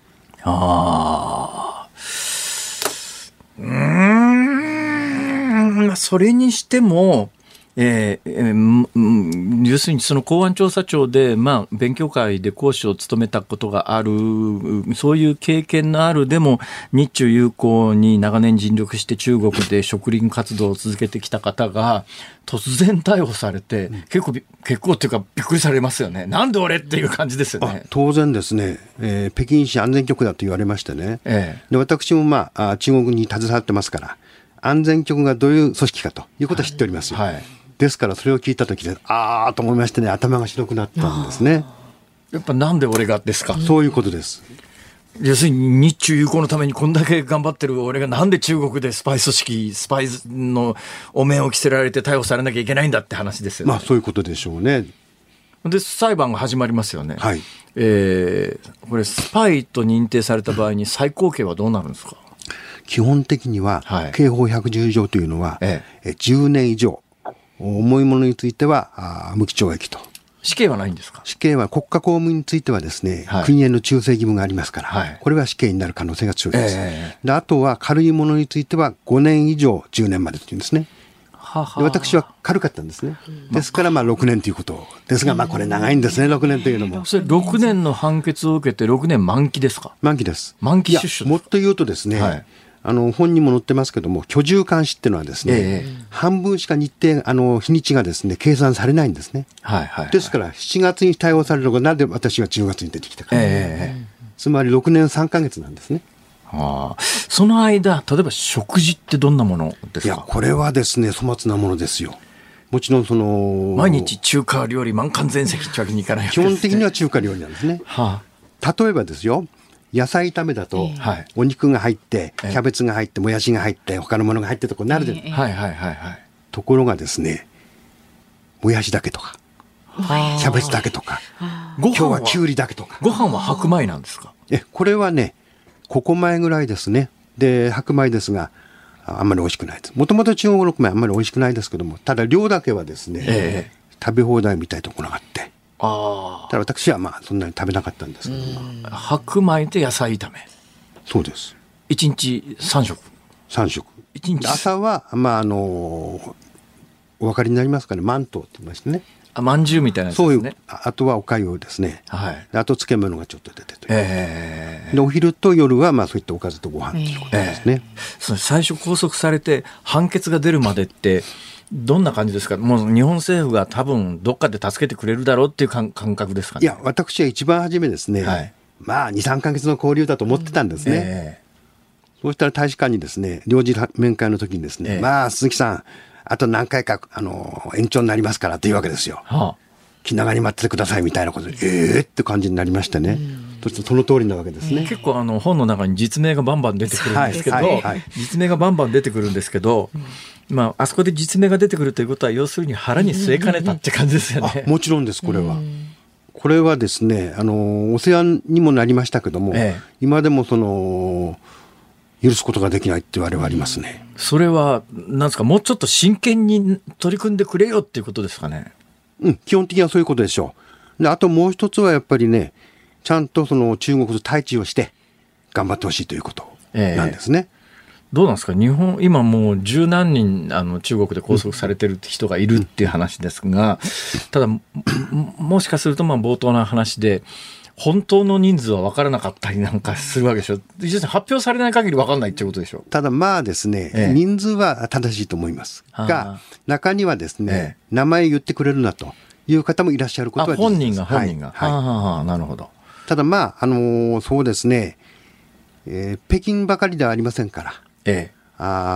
S1: それにしても要するにその公安調査庁で、勉強会で講師を務めたことがある、そういう経験のある、でも日中友好に長年尽力して中国で植林活動を続けてきた方が突然逮捕されて、結構っていうかびっくりされますよね。なんで俺っていう感じですよね。
S3: 当然ですね、北京市安全局だと言われましてね、で私も中国に携わってますから、安全局がどういう組織かということは知っておりますよ。はいはい、ですからそれを聞いたときでと思いましてね、頭が白くなったんですね。
S1: やっぱなんで俺がですか？
S3: そういうことです。
S1: 要するに日中友好のためにこんだけ頑張ってる俺がなんで中国でスパイのお面を着せられて逮捕されなきゃいけないんだって話ですよね。
S3: そういうことでしょうね。
S1: で裁判が始まりますよね。
S3: はい、
S1: これスパイと認定された場合に最高刑はどうなるんですか？
S3: 基本的には、刑法110条というのは、10年以上重いものについては無期懲役と。
S1: 死刑はないんですか？
S3: 死刑は国家公務員についてはですね、国への忠誠義務がありますから、これは死刑になる可能性が強いです。であとは軽いものについては5年以上10年までというんですね。で私は軽かったんですね。ですから6年ということですが、これ長いんですね、6年というのも。
S1: それ6年の判決を受けて6年満期ですか？
S3: 満期です。
S1: 満期出所ですか？
S3: もっと言うとですね、本にも載ってますけども、居住監視っていうのはですね、半分しか日にちがですね計算されないんですね。ですから7月に逮捕されるのがなんで私は10月に出てきたか、つまり6年3ヶ月なんですね。
S1: その間、例えば食事ってどんなものですか？
S3: これはですね粗末なものですよ。もちろん
S1: 毎日中華料理満館全席ってわけにいかないわけですね。
S3: 基本的には中華料理なんですね。例えばですよ、野菜炒めだと、お肉が入って、キャベツが入って、もやしが入って、他のものが入ってとこうなるで、ところがですね、もやしだけとか、キャベツだけとか、今日はきゅうりだけとか。
S1: ご飯は白米なんですか？
S3: これはね、ここ前ぐらいですね。で、白米ですが、あんまり美味しくないです。もともと中国の米あんまり美味しくないですけども、ただ量だけはですね、食べ放題みたいなところがあって、ただ私はそんなに食べなかったんですけども。
S1: 白米と野菜炒め。
S3: そうです。
S1: 1日3食。
S3: 3食。朝はお分かりになりますかね、マントって言いましてね。
S1: まんじゅうみたいなやつですね。そういう、
S3: あとはおかゆですね。あと漬物がちょっと出てという。でお昼と夜はそういったおかずとご飯ということですね。
S1: 最初拘束されて判決が出るまでってどんな感じですか？もう日本政府が多分どっかで助けてくれるだろうっていう感覚ですかね？
S3: いや、私は一番初めですね、2、3ヶ月の交流だと思ってたんですね。そうしたら大使館にですね、領事面会の時にですね、鈴木さん、あと何回か延長になりますからっていうわけですよ。気長に待っててくださいみたいなことで、って感じになりましてね。そしてその通りなわけですね。
S1: 結構本の中に実名がバンバン出てくるんですけど、実名がバンバン出てくるんですけど、あそこで実名が出てくるということは要するに腹に据えかねたって感じですよね。
S3: もちろんです。これは。これはですね、お世話にもなりましたけども、今でも許すことができないっていうあれはありますね。
S1: それは何ですか？もうちょっと真剣に取り組んでくれよっていうことですかね？
S3: 基本的にはそういうことでしょう。で、あともう一つはやっぱりね、ちゃんとその中国と対峙をして頑張ってほしいということなんですね。
S1: どうなんですか、日本、今もう十何人中国で拘束されてる人がいるっていう話ですが、ただもしかすると冒頭の話で本当の人数は分からなかったりなんかするわけでしょ。実際発表されない限り分からないっていうことでしょ。
S3: ただまあですね、人数は正しいと思いますが、中にはですね、名前言ってくれるなという方もいらっしゃることは
S1: 本人が、はい
S3: はい、
S1: なるほど。
S3: ただそうですね、北京ばかりではありませんから、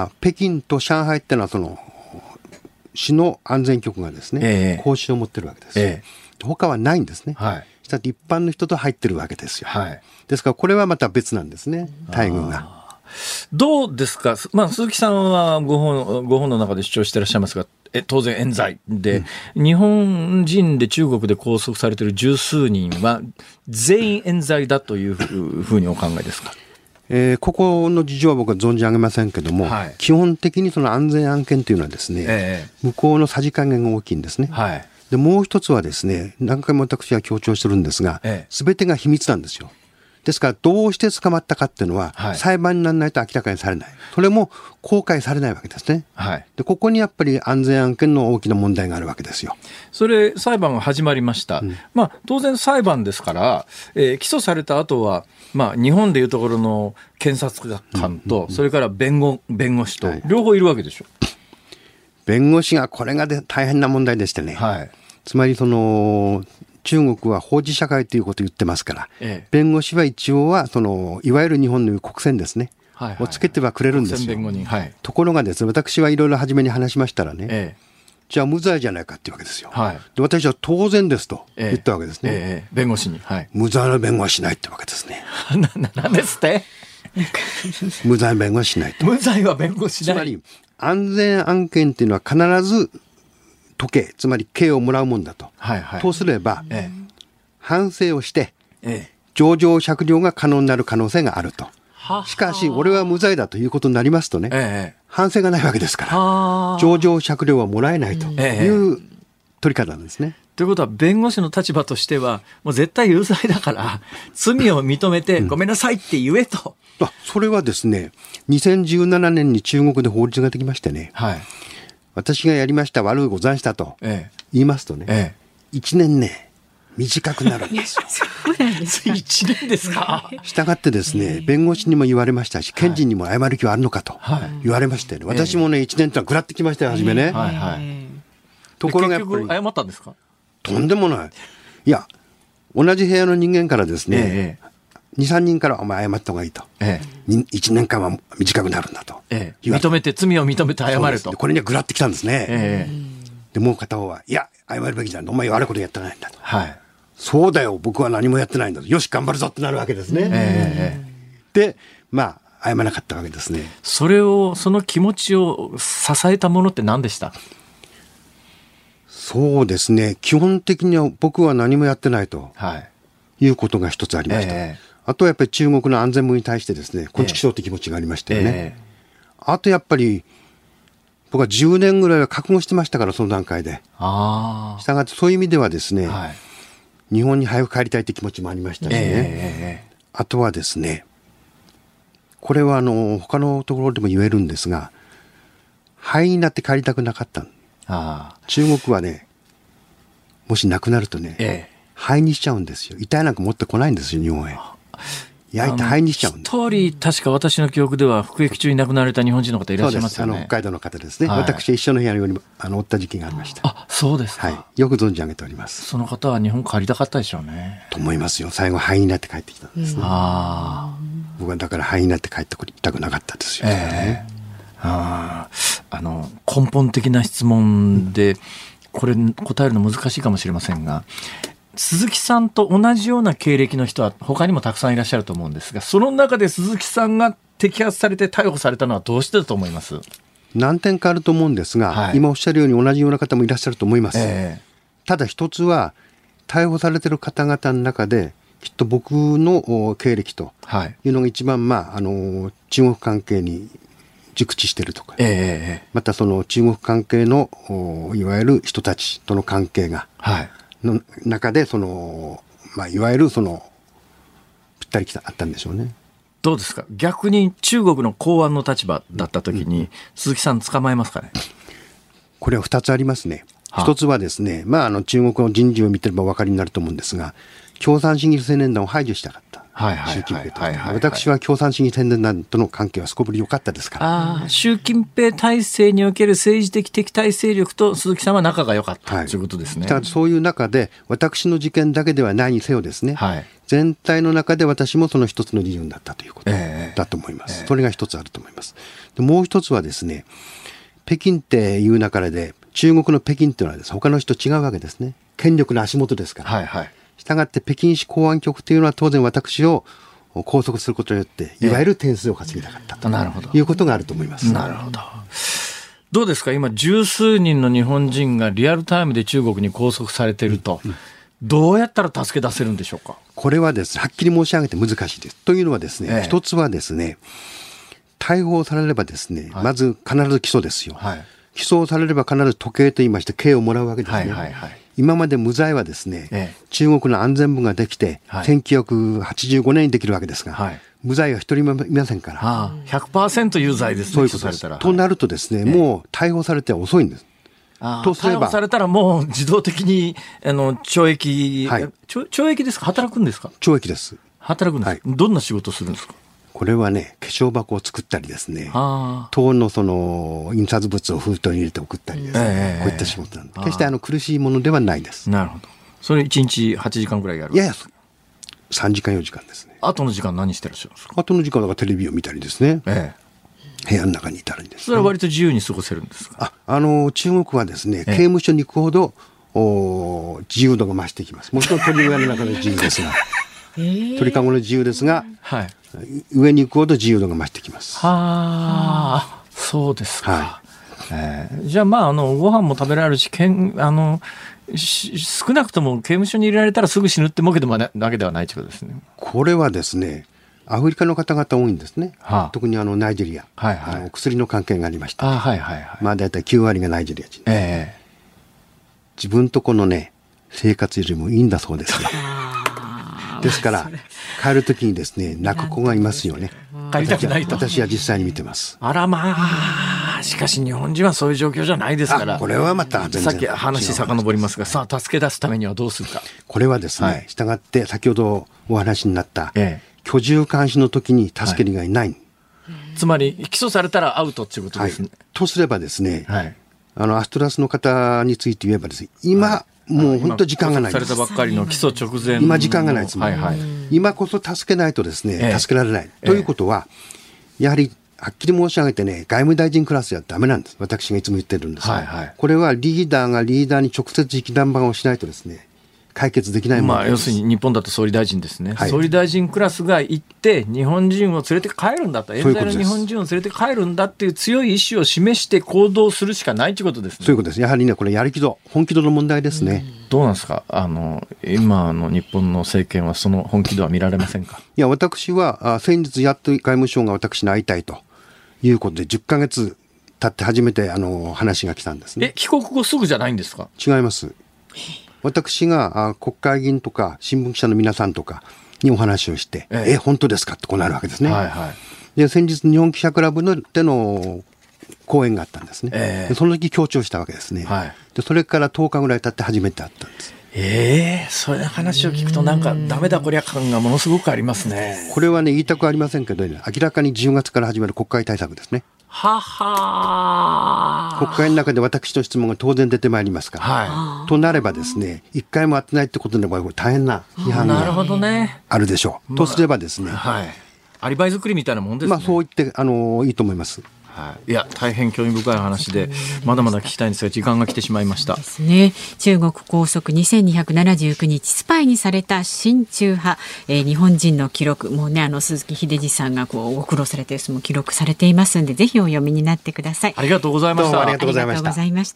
S3: 北京と上海ってのはその市の安全局がですね、講習を持ってるわけです、他はないんですね。だって一般の人と入ってるわけですよ。ですからこれはまた別なんですね、待遇が。
S1: どうですか、鈴木さんはご本の中で主張していらっしゃいますが、当然冤罪で、日本人で中国で拘束されている十数人は全員冤罪だというふうにお考えですか。
S3: ここの事情は僕は存じ上げませんけども、基本的にその安全案件というのはですね、向こうのさじ加減が大きいんですね。でもう一つはですね、何回も私は強調してるんですが、全てが秘密なんですよ。ですからどうして捕まったかっていうのは、裁判にならないと明らかにされない。それも公開されないわけですね。でここにやっぱり安全案件の大きな問題があるわけですよ。
S1: それ裁判が始まりました。当然裁判ですから、起訴された後は、日本でいうところの検察官と、それから弁護士と両方いるわけでしょ。
S3: 弁護士がこれが大変な問題でしてね、つまりその中国は法治社会ということを言ってますから、弁護士は一応はいわゆる日本の国選ですね、をつけてはくれるんですよ。ところがですね、私はいろいろ初めに話しましたらね、じゃあ無罪じゃないかっていうわけですよ。で私は当然ですと言ったわけですね。
S1: 弁護士に、
S3: 無罪の弁護はしないってわけですね。
S1: なんですって
S3: 無罪弁護はしないと。
S1: 無罪は弁護しない。
S3: つまり安全案件っていうのは必ず時計、つまり刑をもらうもんだと。とすれば、反省をして、情状酌量が可能になる可能性があると。しかし俺は無罪だということになりますとね、反省がないわけですから情状酌量はもらえないという取り方なんですね。
S1: ということは弁護士の立場としてはもう絶対有罪だから罪を認めてごめんなさいって言えと。
S3: それはですね、2017年に中国で法律ができましてね、私がやりました悪いござんしたと言いますとね、1年ね短くなるんですよ。
S2: そうなんですか。
S1: 1年ですか。
S3: したがってですね、弁護士にも言われましたし、検事にも謝る気はあるのかと言われましてね、私もね1年とはぐらってきましたよ、初めね。ところがやっぱり
S1: 謝ったんですか。
S3: とんでもない。いや、同じ部屋の人間からですね、2、3人からお前謝った方がいいと、1年間は短くなるんだと、
S1: 認めて、罪を認めて謝ると。
S3: これにはぐらってきたんですね。でもう片方はいや謝るべきじゃない、お前悪いことやってないんだと、そうだよ僕は何もやってないんだと、よし頑張るぞってなるわけですね。で謝らなかったわけですね。
S1: その気持ちを支えたものって何でした。
S3: そうですね、基本的には僕は何もやってないと、いうことが一つありました。あとはやっぱり中国の安全部に対してですね、こんちきしょうって気持ちがありましたよね。あとやっぱり僕は10年ぐらいは覚悟してましたから、その段階で。したがってそういう意味ではですね、日本に早く帰りたいって気持ちもありましたしね。あとはですね、これは他のところでも言えるんですが、灰になって帰りたくなかった。中国はね、もし亡くなるとね、灰にしちゃうんですよ。遺体なんか持ってこないんですよ、日本へ。焼いて灰にしちゃうんです。
S1: 一人確か私の記憶では服役中に亡くなられた日本人の方いらっしゃいますよね。
S3: 北海道の方ですね。私一緒の部屋におった時期がありました。
S1: そうですか。
S3: よく存じ上げております。
S1: その方は日本帰りたかったでしょうね。
S3: と思いますよ。最後灰になって帰ってきたんですね。僕はだから灰になって帰ってきたくなかったですよ。
S1: 根本的な質問でこれ答えるの難しいかもしれませんが、鈴木さんと同じような経歴の人は他にもたくさんいらっしゃると思うんですが、その中で鈴木さんが摘発されて逮捕されたのはどうしてだと思います。
S3: 何点かあると思うんですが、今おっしゃるように同じような方もいらっしゃると思います。ただ一つは逮捕されている方々の中できっと僕の経歴というのが一番中国関係に熟知しているとか、またその中国関係のいわゆる人たちとの関係が、の中でその、いわゆるそのぴったりあったんでしょうね。
S1: どうですか、逆に中国の公安の立場だったときに、鈴木さん捕まえますかね。
S3: これは2つありますね。一つはですね、中国の人事を見てればお分かりになると思うんですが、共産主義青年団を排除したかった。習近平と。私は共産主義青年団との関係はすこぶり良かったですから。
S1: 習近平体制における政治的敵対勢力と鈴木さんは仲が良かったということですね。
S3: ただそういう中で、私の事件だけではないにせよですね、全体の中で私もその一つの理由だったということだと思います。それが一つあると思います。でもう一つはですね、北京っていう中で、中国の北京っていうのはです、他の人違うわけですね。権力の足元ですから。したがって北京市公安局というのは当然私を拘束することによって、いわゆる点数を稼ぎたかったということがあると思います。
S1: なるほど。どうですか、今十数人の日本人がリアルタイムで中国に拘束されていると、どうやったら助け出せるんでしょうか。
S3: これはですね、はっきり申し上げて難しいです。というのはですね、一つはですね、逮捕されればですね、まず必ず起訴ですよ。起訴されれば必ず時計といいまして刑をもらうわけですね。今まで無罪はですね、中国の安全部ができて、1985年にできるわけですが、無罪は一人もいませんから。
S1: 100% 有罪ですね。
S3: そういうことです。となるとですね、もう逮捕されては遅いんです。
S1: とすれば逮捕されたらもう自動的に懲役、懲役ですか、働くんですか。
S3: 懲役です。
S1: 働くんです。どんな仕事をするんですか。
S3: これはね、化粧箱を作ったりですね、党のその印刷物を封筒に入れて送ったりですね、こういった仕事なんで、決して苦しいものではないです。
S1: なるほど。それ1日8時間ぐらいやる。
S3: いやいや、3時間4時間ですね。
S1: 後の時間何してらっしゃるんですか。
S3: 後の時間はテレビを見たりですね、部屋の中にいたりですね。
S1: それは割と自由に過ごせるんですか。
S3: 中国はですね、刑務所に行くほど自由度が増してきます。もちろん鳥小屋の中で自由ですが鳥かごの自由ですが、上に行くほど自由度が増してきます。
S1: そうですか。じゃあご飯も食べられるし、少なくとも刑務所に入れられたらすぐ死ぬってわけではないということですね。
S3: これはですね、アフリカの方々多いんですね。特にナイジェリア、薬の関係がありまして、だいたい9割がナイジェリア人、自分とこのね生活よりもいいんだそうですね。ですから帰るときにですね、泣く子がいますよね。
S1: 帰りたくないと。
S3: 私は実際に見てます。
S1: しかし日本人はそういう状況じゃないですから。こ
S3: れはまた全然
S1: さっき話遡りますが、さあ助け出すためにはどうするか。
S3: これはですね、したがって先ほどお話になった、居住監視の時に助ける以外ない、
S1: つまり起訴されたらアウトっていうことですね。
S3: とすればですね、アストラスの方について言えばですね、今、もう本当時間がないです。
S1: されたばっかりの起訴直前、
S3: 今時間がないです。今こそ助けないとですね、助けられない、ということはやはりはっきり申し上げてね、外務大臣クラスやダメなんです。私がいつも言ってるんですが、これはリーダーがリーダーに直接直談判をしないとですね、解決できないものです。
S1: 要するに日本だと総理大臣ですね、総理大臣クラスが行って日本人を連れて帰るんだと、冤罪の日本人を連れて帰るんだっていう強い意思を示して行動するしかないということですね。
S3: そういうことです。やはりね、これやる気度、本気度の問題ですね。
S1: どうなんですか、今の日本の政権はその本気度は見られませんか。
S3: いや、私は先日やっと外務省が私に会いたいということで10ヶ月経って初めて話が来たんですね。
S1: 帰国後すぐじゃないんですか。
S3: 違います。私が国会議員とか新聞記者の皆さんとかにお話をして、本当ですかってこうなるわけですね。で、先日日本記者クラブでの講演があったんですね。でその時強調したわけですね。でそれから10日ぐらい経って初めて会ったんです。
S1: そういう話を聞くとなんかダメだこりゃ感がものすごくありますね。
S3: これはね、言いたくありませんけど、明らかに10月から始まる国会対策ですね。国会の中で私の質問が当然出てまいりますから、となればですね、一回も会ってないってことでも大変な批判があるでしょう。とすればですね、
S1: アリバイ作りみたいなもんですね。
S3: そう言っていいと思います。
S1: いや、大変興味深い話でまだまだ聞きたいんですが時間が来てしまいました。
S2: ですね、中国拘束2279日スパイにされた親中派、日本人の記録もうね、鈴木秀司さんがご苦労されても記録されていますので、ぜひお読みになってください。
S1: ありがとうございました。
S3: ありがとうございま
S2: した。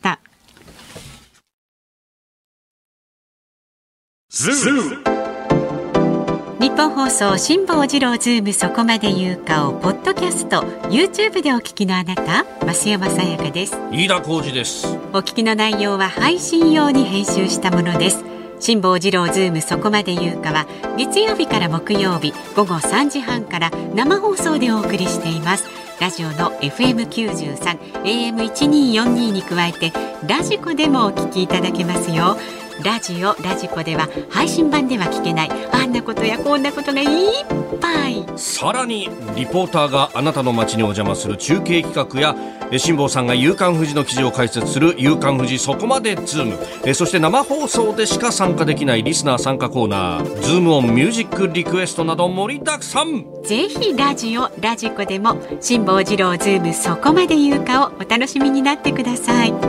S2: 日本放送辛坊治郎ズームそこまで言うかをポッドキャスト YouTube でお聞きのあなた、増山さやかです。
S4: 飯田浩司です。
S2: お聞きの内容は配信用に編集したものです。辛坊治郎ズームそこまで言うかは月曜日から木曜日午後3時半から生放送でお送りしています。ラジオの FM93 AM1242 に加えてラジコでもお聞きいただけますよ。ラジコでは配信版では聞けないあんなことやこんなことがいっぱい。
S4: さらにリポーターがあなたの街にお邪魔する中継企画や辛坊さんが夕刊フジの記事を解説する夕刊フジそこまでズーム、そして生放送でしか参加できないリスナー参加コーナーズームオンミュージックリクエストなど盛りだくさん。
S2: ぜひラジコでも辛坊治郎ズームそこまで言うかをお楽しみになってください。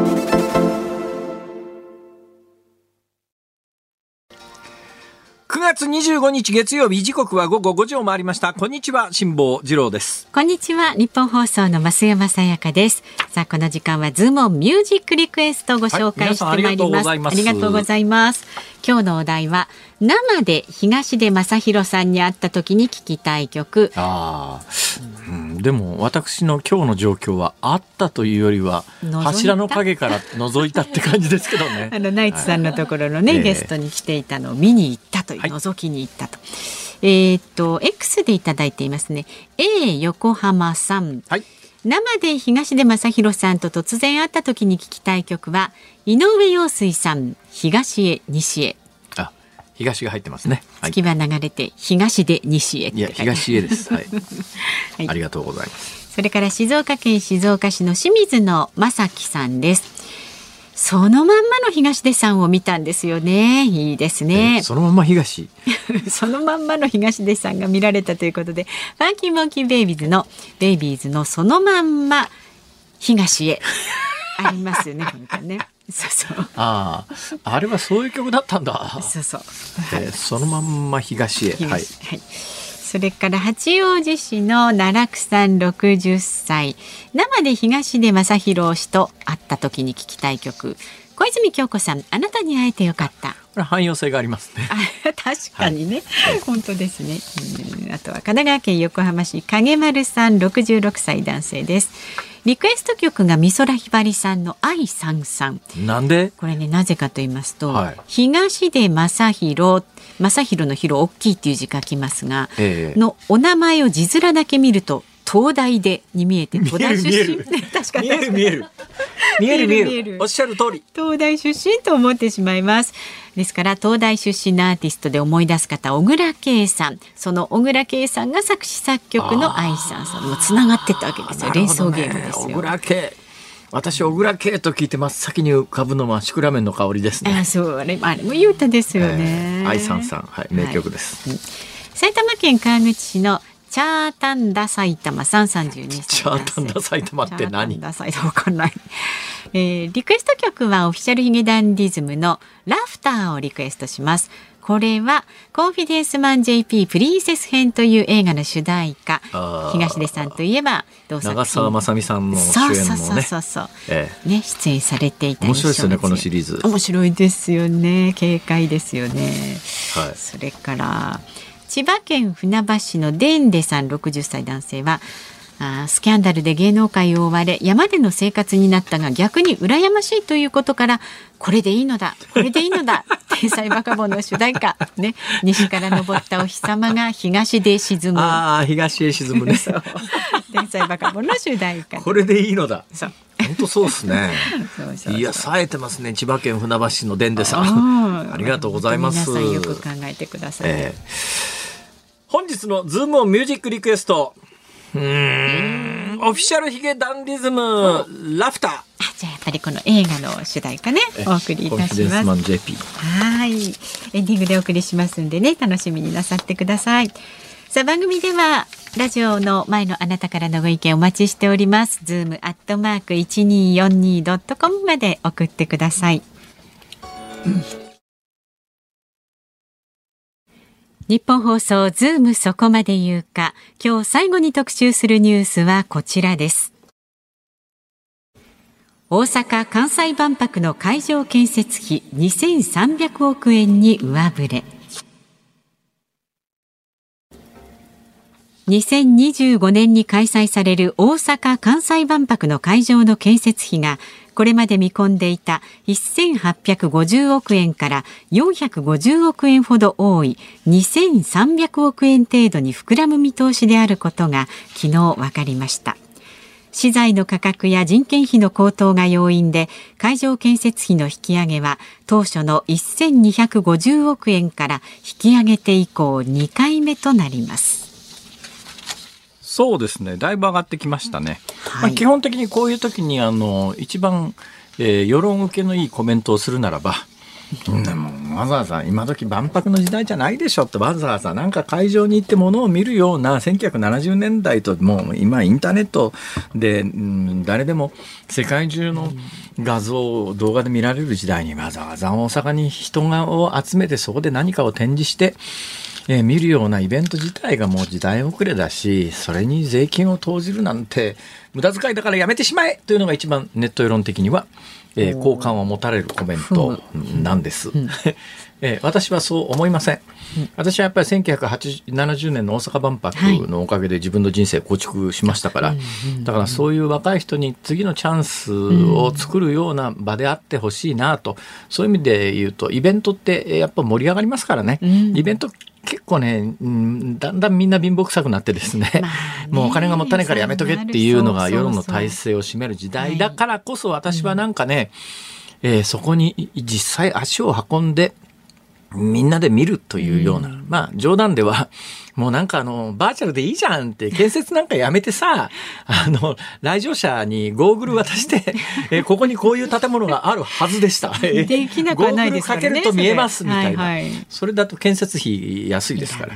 S1: 9月25日月曜日、時刻は午後5時を回りました。こんにちは、辛坊治郎です。
S2: こんにちは、日本放送の増山さやかです。さあ、この時間はズームオンミュージックリクエストをご紹介してまいります。ありがとうございます。今日のお題は生で東出昌大さんに会った時に聴きたい曲。
S1: でも私の今日の状況はあったというよりは柱の陰から覗いたって感じですけどね。
S2: ナイツさんのところのね、ゲストに来ていたのを見に行ったという、覗きに行ったと。X でいただいていますね。横浜さん。生で東出昌大さんと突然会った時に聴きたい曲は井上陽水さん、東へ西へ。
S1: 東が入ってますね。
S2: 月は流れて東で西へ。
S1: いや、東へです。ありがとうございます。
S2: それから静岡県静岡市の清水野正樹さんです。そのまんまの東出さんを見たんですよね。いいですね。
S1: そのまんま東
S2: そのまんまの東出さんが見られたということで、ファンキーモンキーベイビーズのそのまんま東へありますよね。本当ね。
S1: あれはそういう曲だったんだ。そのまんま東へ。
S2: それから八王子市の奈落さん60歳、生で東出昌大氏と会った時に聴きたい曲、小泉京子さん、あなたに会えてよかった。
S1: これ汎用性がありますね。
S2: 確かにね、本当ですね。あとは神奈川県横浜市影丸さん66歳男性です。リクエスト曲が美空ひばりさんの愛さんさん。
S1: なんで
S2: これね、なぜかと言いますと、東出昌大の広大きいっていう字書きますが、のお名前を字面だけ見ると東大でに見えて、東大出身確かに
S1: 見えるおっしゃる通り、
S2: 東大出身と思ってしまいます。ですから東大出身のアーティストで思い出す方、小倉圭さん、その小倉圭さんが作詞作曲の愛さんさんもつながってたわけですよ。連想ゲームですよ。
S1: 小倉圭、私小倉圭と聞いて真っ先に浮かぶのはシクラメンの香りですね。
S2: あれもいい歌ですよね。
S1: 愛さんさん、名曲です。
S2: 埼玉県川口市のチャータンダ埼玉さん32歳。
S1: チャータンダ埼玉って何？
S2: わかんない。リクエスト曲はオフィシャルヒゲダンディズムのラフターをリクエストします。これはコンフィデンスマン JP プリンセス編という映画の主題歌。東出さんといえば
S1: 長澤まさみさんの主演のね、
S2: 出演されていた。
S1: 面白いですよね、このシリーズ。
S2: 面白いですよね。軽快ですよね。それから千葉県船橋市のデンデさん60歳男性は、スキャンダルで芸能界を追われ山での生活になったが逆に羨ましいということから、これでいいのだ天才バカボンの主題歌、ね、西から昇ったお日様が東で沈む。
S1: 東へ沈むね。
S2: 天才バカボンの主題歌、
S1: これでいいのだ。本当そうですね。いや、冴えてますね、千葉県船橋市のデンデさん。ありがとうございます。
S2: 皆さんよく考えてください。
S1: 本日のズームオンミュージックリクエスト、オフィシャルヒゲダンディズムラフター。
S2: じゃあやっぱりこの映画の主題歌ね、お送りいたします。コンフィデンスマン
S1: JP。
S2: エンディングでお送りしますんでね、楽しみになさってください。さあ、番組ではラジオの前のあなたからのご意見お待ちしております。zoom@1242.com まで送ってください。日本放送ズームそこまで言うか、今日最後に特集するニュースはこちらです。大阪・関西万博の会場建設費2300億円に上振れ。 2025年に開催される大阪・関西万博の会場の建設費がこれまで見込んでいた1850億円から450億円ほど多い2300億円程度に膨らむ見通しであることが昨日分かりました。資材の価格や人件費の高騰が要因で会場建設費の引き上げは当初の1250億円から引き上げて以降2回目となります。
S1: そうですね、だいぶ上がってきましたね。基本的にこういう時に一番、世論受けのいいコメントをするならば、でもわざわざ今時万博の時代じゃないでしょって、わざわざなんか会場に行って物を見るような1970年代ともう今インターネットで、誰でも世界中の画像を動画で見られる時代にわざわざ大阪に人を集めてそこで何かを展示して見るようなイベント自体がもう時代遅れだし、それに税金を投じるなんて無駄遣いだからやめてしまえというのが一番ネット世論的には、好感を持たれるコメントなんです、私はそう思いません。私はやっぱり1970年の大阪万博のおかげで自分の人生構築しましたから、だからそういう若い人に次のチャンスを作るような場であってほしいなと、そういう意味で言うとイベントってやっぱ盛り上がりますからね、イベント結構ね、だんだんみんな貧乏くさくなってですね、もうお金がもったいないからやめとけっていうのが世論の体制を占める時代だからこそ、私はなんかね、そこに実際足を運んでみんなで見るというような、冗談ではもうなんかバーチャルでいいじゃんって建設なんかやめてさ、来場者にゴーグル渡してここにこういう建物があるはずでした
S2: できなくはないですからね、
S1: ゴーグルかけると見えますみたいな、
S2: そ
S1: れだと建設費安いですから、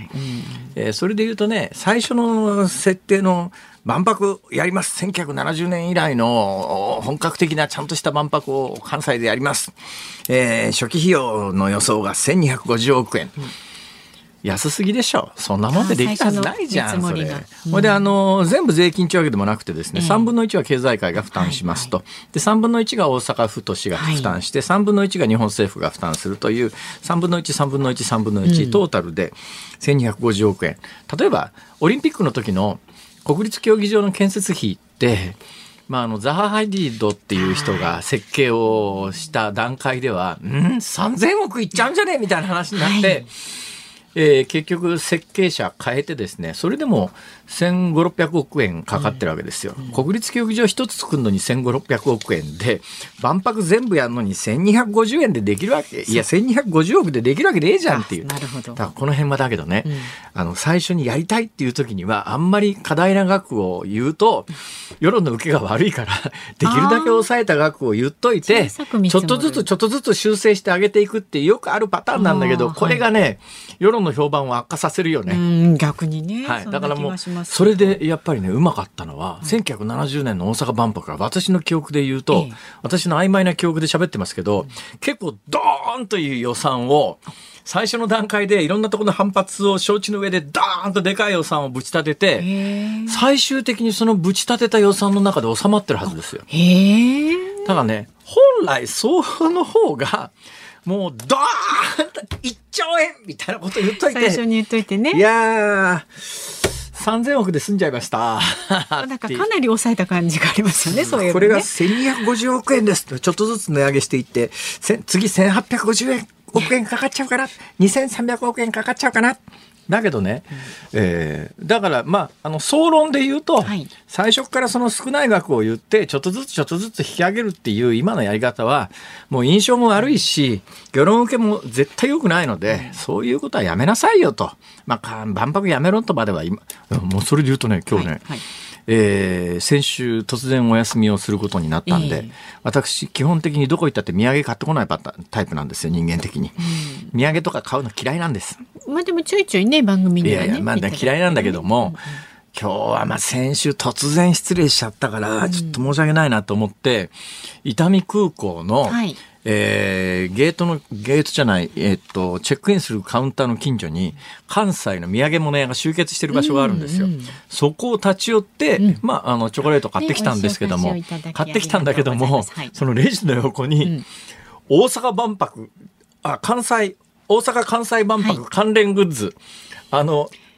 S1: それで言うとね、最初の設定の万博やります、1970年以来の本格的なちゃんとした万博を関西でやります、初期費用の予想が1250億円、安すぎでしょ、そんなもんでできたはずないじゃん、それ。ほいで全部税金というわけでもなくてですね、3分の1は経済界が負担しますと、で3分の1が大阪府と市が負担して、3分の1が日本政府が負担するという3分の1、3分の1、3分の1、トータルで1250億円。例えばオリンピックの時の国立競技場の建設費って、ザハ・ハディドっていう人が設計をした段階では3000億いっちゃうんじゃねえみたいな話になって、結局設計者変えてですね、それでも1500、600億円かかってるわけですよ、国立競技場一つ作るのに1500、600億円で万博全部やるのに1250円でできるわけ、いや1250億でできるわけねえじゃんっていう。
S2: なるほど。
S1: だからこの辺はだけどね、最初にやりたいっていう時にはあんまり過大な額を言うと世論の受けが悪いからできるだけ抑えた額を言っといてちょっとずつ修正してあげていくってよくあるパターンなんだけど、これがね、世論の評判を悪化させるよね。
S2: 逆にね、
S1: だからもうそれでやっぱりね、うまかったのは、1970年の大阪万博は私の記憶で言うと、私の曖昧な記憶で喋ってますけど、結構ドーンという予算を最初の段階でいろんなところの反発を承知の上でドーンとでかい予算をぶち立てて、最終的にそのぶち立てた予算の中で収まってるはずですよ。だからね、本来その方がもうドーンと1兆円みたいなこと言っといて、
S2: 最初に言っといてね、
S1: いやー3000億で済んじゃいました
S2: なんかかなり抑えた感じがありますよね、そういうのね。
S1: これが1250億円ですとちょっとずつ値上げしていって、次1850億円かかっちゃうかな、2300億円かかっちゃうかな。だけどね、だから総論で言うと、最初からその少ない額を言ってちょっとずつ引き上げるっていう今のやり方はもう印象も悪いし世論受けも絶対良くないので、そういうことはやめなさいよと、万博やめろとまでは今もうそれで言うとね、今日ね、先週突然お休みをすることになったんで、私基本的にどこ行ったって土産買ってこないタイプなんですよ、人間的に。土産とか買うの嫌いなんです。
S2: でもちょいちょいね、番組にはね、
S1: 嫌いなんだけども、今日は先週突然失礼しちゃったからちょっと申し訳ないなと思って、伊丹空港の、ゲートじゃない、チェックインするカウンターの近所に関西の土産物屋が集結してる場所があるんですよ。そこを立ち寄って、チョコレート買ってきたんですけども、そのレジの横に、大阪万博、大阪・関西万博関連グッズ、土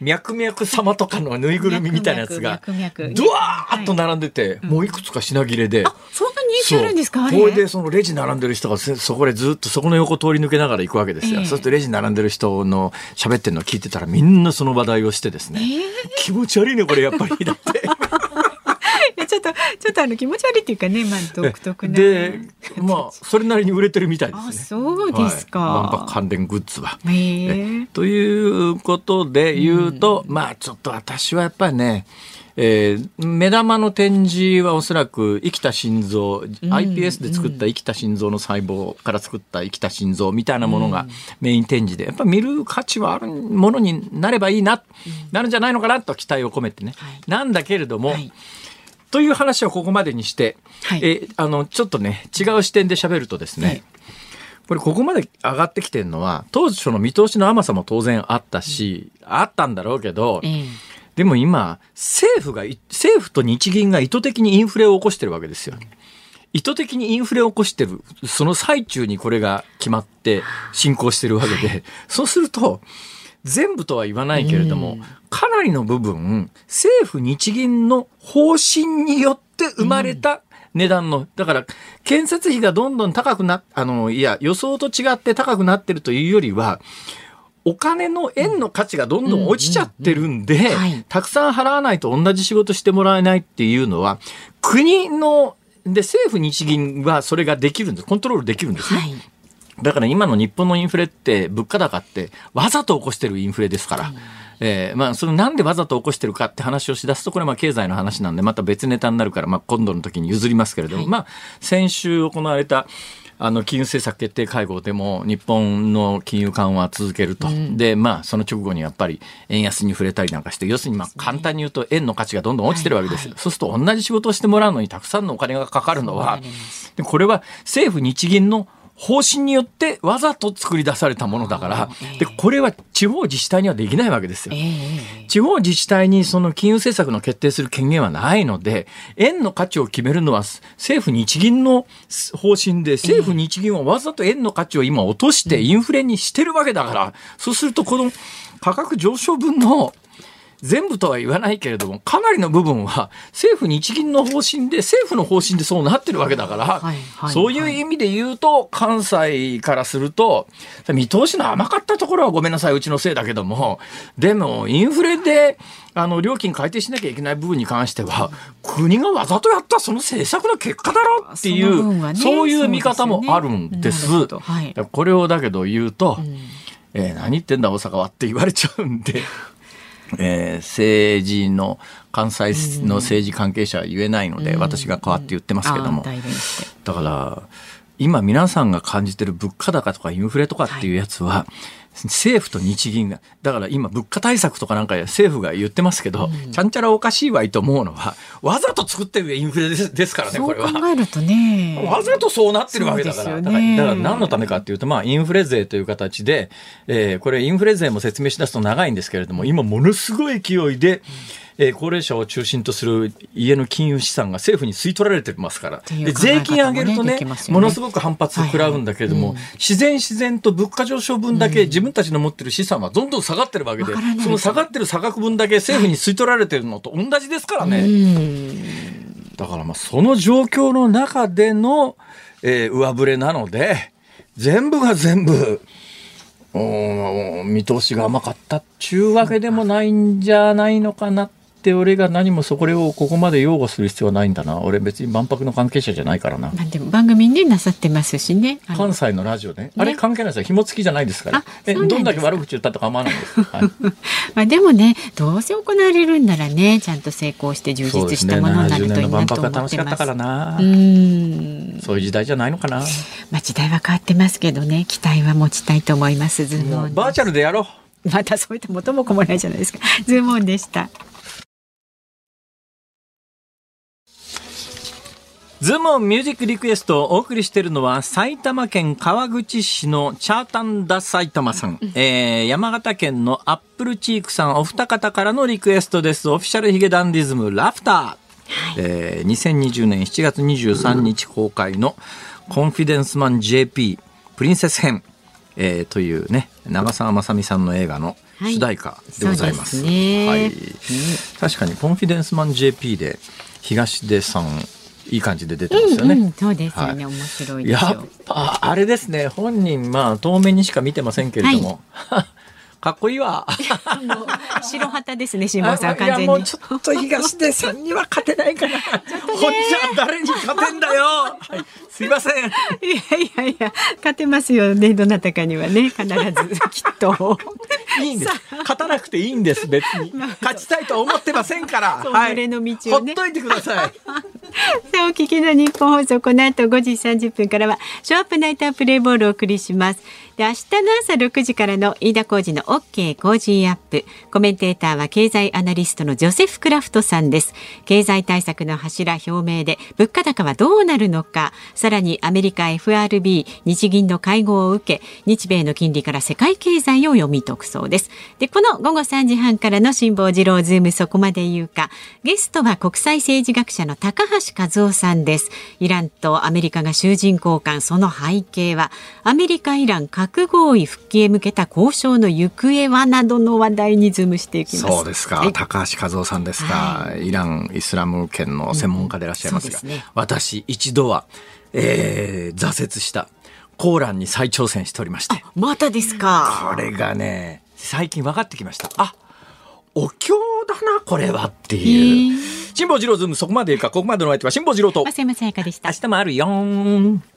S1: 脈々様とかのぬいぐるみみたいなやつがドワーッと並んでて、もういくつか品切れで、
S2: そんなに人気あるんですか？
S1: これでそのレジ並んでる人がそこでずっとそこの横通り抜けながら行くわけですよ。そうするとレジ並んでる人の喋ってるのを聞いてたらみんなその話題をしてですね、気持ち悪いねこれやっぱりだって
S2: ちょっと気持ち悪いっていうかね、独特な
S1: で、それなりに売れてるみたいですね。
S2: そうですか。
S1: 万博関連グッズは。ということで言うと、ちょっと私はやっぱりね、目玉の展示はおそらく生きた心臓、iPS で作った生きた心臓の細胞から作った生きた心臓みたいなものがメイン展示で、やっぱ見る価値はあるものになればいいな、なるんじゃないのかなと期待を込めてね、なんだけれども、という話をここまでにして、ちょっとね違う視点で喋るとですね、これここまで上がってきてるのは当初の見通しの甘さも当然あったし、あったんだろうけど、でも今政府と日銀が意図的にインフレを起こしてるわけですよ。意図的にインフレを起こしてるその最中にこれが決まって進行してるわけで、そうすると全部とは言わないけれども、かなりの部分政府日銀の方針によって生まれた値段の、だから建設費がどんどん高く予想と違って高くなってるというよりは、お金の円の価値がどんどん落ちちゃってるんで、たくさん払わないと同じ仕事してもらえないっていうのは、国ので政府日銀はそれができるんです。コントロールできるんですね。だから今の日本のインフレって物価高ってわざと起こしてるインフレですから、それなんでわざと起こしてるかって話をしだすと、これ経済の話なんでまた別ネタになるから、今度の時に譲りますけれども、先週行われた金融政策決定会合でも日本の金融緩和は続けると、でその直後にやっぱり円安に触れたりなんかして、要するに簡単に言うと円の価値がどんどん落ちてるわけですよ。そうすると同じ仕事をしてもらうのにたくさんのお金がかかるのは、でこれは政府日銀の方針によってわざと作り出されたものだから、でこれは地方自治体にはできないわけですよ。地方自治体にその金融政策の決定する権限はないので、円の価値を決めるのは政府日銀の方針で、政府日銀はわざと円の価値を今落としてインフレにしてるわけだから、そうするとこの価格上昇分の全部とは言わないけれども、かなりの部分は政府日銀の方針で、政府の方針でそうなってるわけだから、そういう意味で言うと関西からすると見通しの甘かったところはごめんなさい、うちのせいだけども、でもインフレで料金改定しなきゃいけない部分に関しては国がわざとやったその政策の結果だろうっていう、そういう見方もあるんです。これをだけど言うと、何言ってんだ大阪はって言われちゃうんで、政治の関西の政治関係者は言えないので、私が代わって言ってますけども、だから今皆さんが感じてる物価高とかインフレとかっていうやつは、政府と日銀が、だから今物価対策とかなんか政府が言ってますけど、ちゃんちゃらおかしいわいと思うのは、わざと作ってるインフレですからね。これは
S2: そう考えるとね、
S1: わざとそうなってるわけだから、だから何のためかっていうと、インフレ税という形で、これインフレ税も説明しだすと長いんですけれども、今ものすごい勢いで高齢者を中心とする家の金融資産が政府に吸い取られてますから、で税金上げるとね、ものすごく反発を食らうんだけれども、自然と物価上昇分だけ自分たちの持ってる資産はどんどん下がってるわけで、その下がってる差額分だけ政府に吸い取られてるのと同じですからね。だからその状況の中での、上振れなので、全部が全部見通しが甘かったっちゅうわけでもないんじゃないのかなって、俺が何もこれをここまで擁護する必要はないんだな。俺別に万博の関係者じゃないからな。
S2: でも番組になさってますしね。
S1: 関西のラジオね。あれ関係ないですよ。紐付きじゃないですから。どんだけ悪口言ったとか構わないんです。
S2: でもね、どうせ行われるんならね、ちゃんと成功して充実したものになるといいなと思ってます。70年の万博が楽しかったからな。そういう時代じゃないのかな。 時代は変わってますけどね、期待は持ちたいと思います。ズームオン。
S1: バーチャルでやろ
S2: う。またそういった元も子もないじゃないですか。ズームオンでした。
S1: ズームオンミュージックリクエストをお送りしているのは埼玉県川口市のチャータンダ埼玉さん、山形県のアップルチークさん、お二方からのリクエストです。オフィシャルヒゲダンディズムラフター、2020年7月23日公開のコンフィデンスマン JP プリンセス編、 というね長澤まさみさんの映画の主題歌でございます。確かにコンフィデンスマン JP で東出さんいい感じで出てますよね。
S2: そうですよね、面白いですよ。
S1: やっぱあれですね、本人遠目にしか見てませんけれども、かっこいいわ。
S2: もう白旗ですね、辛坊さん完全に。
S1: いやもうちょっと東出さんには勝てないかな。こっちは誰に勝てんだよ。すいません。
S2: いや勝てますよね、どなたかにはね、必ずきっと。
S1: いいんです。勝たなくていいんです、別に。勝ちたいとは思ってませんから。
S2: 己の道をね。
S1: ほっといてください。
S2: さあお聞きの日本放送、この後5時30分からはショーアップナイタープレイボールをお送りします。で、明日の朝6時からの飯田浩司の OK コージーアップ。コメンテーターは経済アナリストのジョセフ・クラフトさんです。経済対策の柱表明で物価高はどうなるのか、さらにアメリカ FRB 日銀の会合を受け、日米の金利から世界経済を読み解くそうです。で、この午後3時半からの辛坊治郎ズームそこまで言うか、ゲストは国際政治学者の高橋和夫さんです。イランとアメリカが囚人交換、その背景は、アメリカ・イラン核合意復帰へ向けた交渉の行方はなどの話題にズームしていきます。
S1: そうですか、高橋和夫さんですか、イランイスラム圏の専門家でいらっしゃいますが、私一度は、挫折したコーランに再挑戦しておりまして。
S2: またですか。
S1: これがね最近分かってきました。お経だなこれはっていう。辛坊治郎ズームそこまで言うか。ここまでの相手は辛坊治郎と
S2: 増山さやかでした。
S1: 明日もあるよ。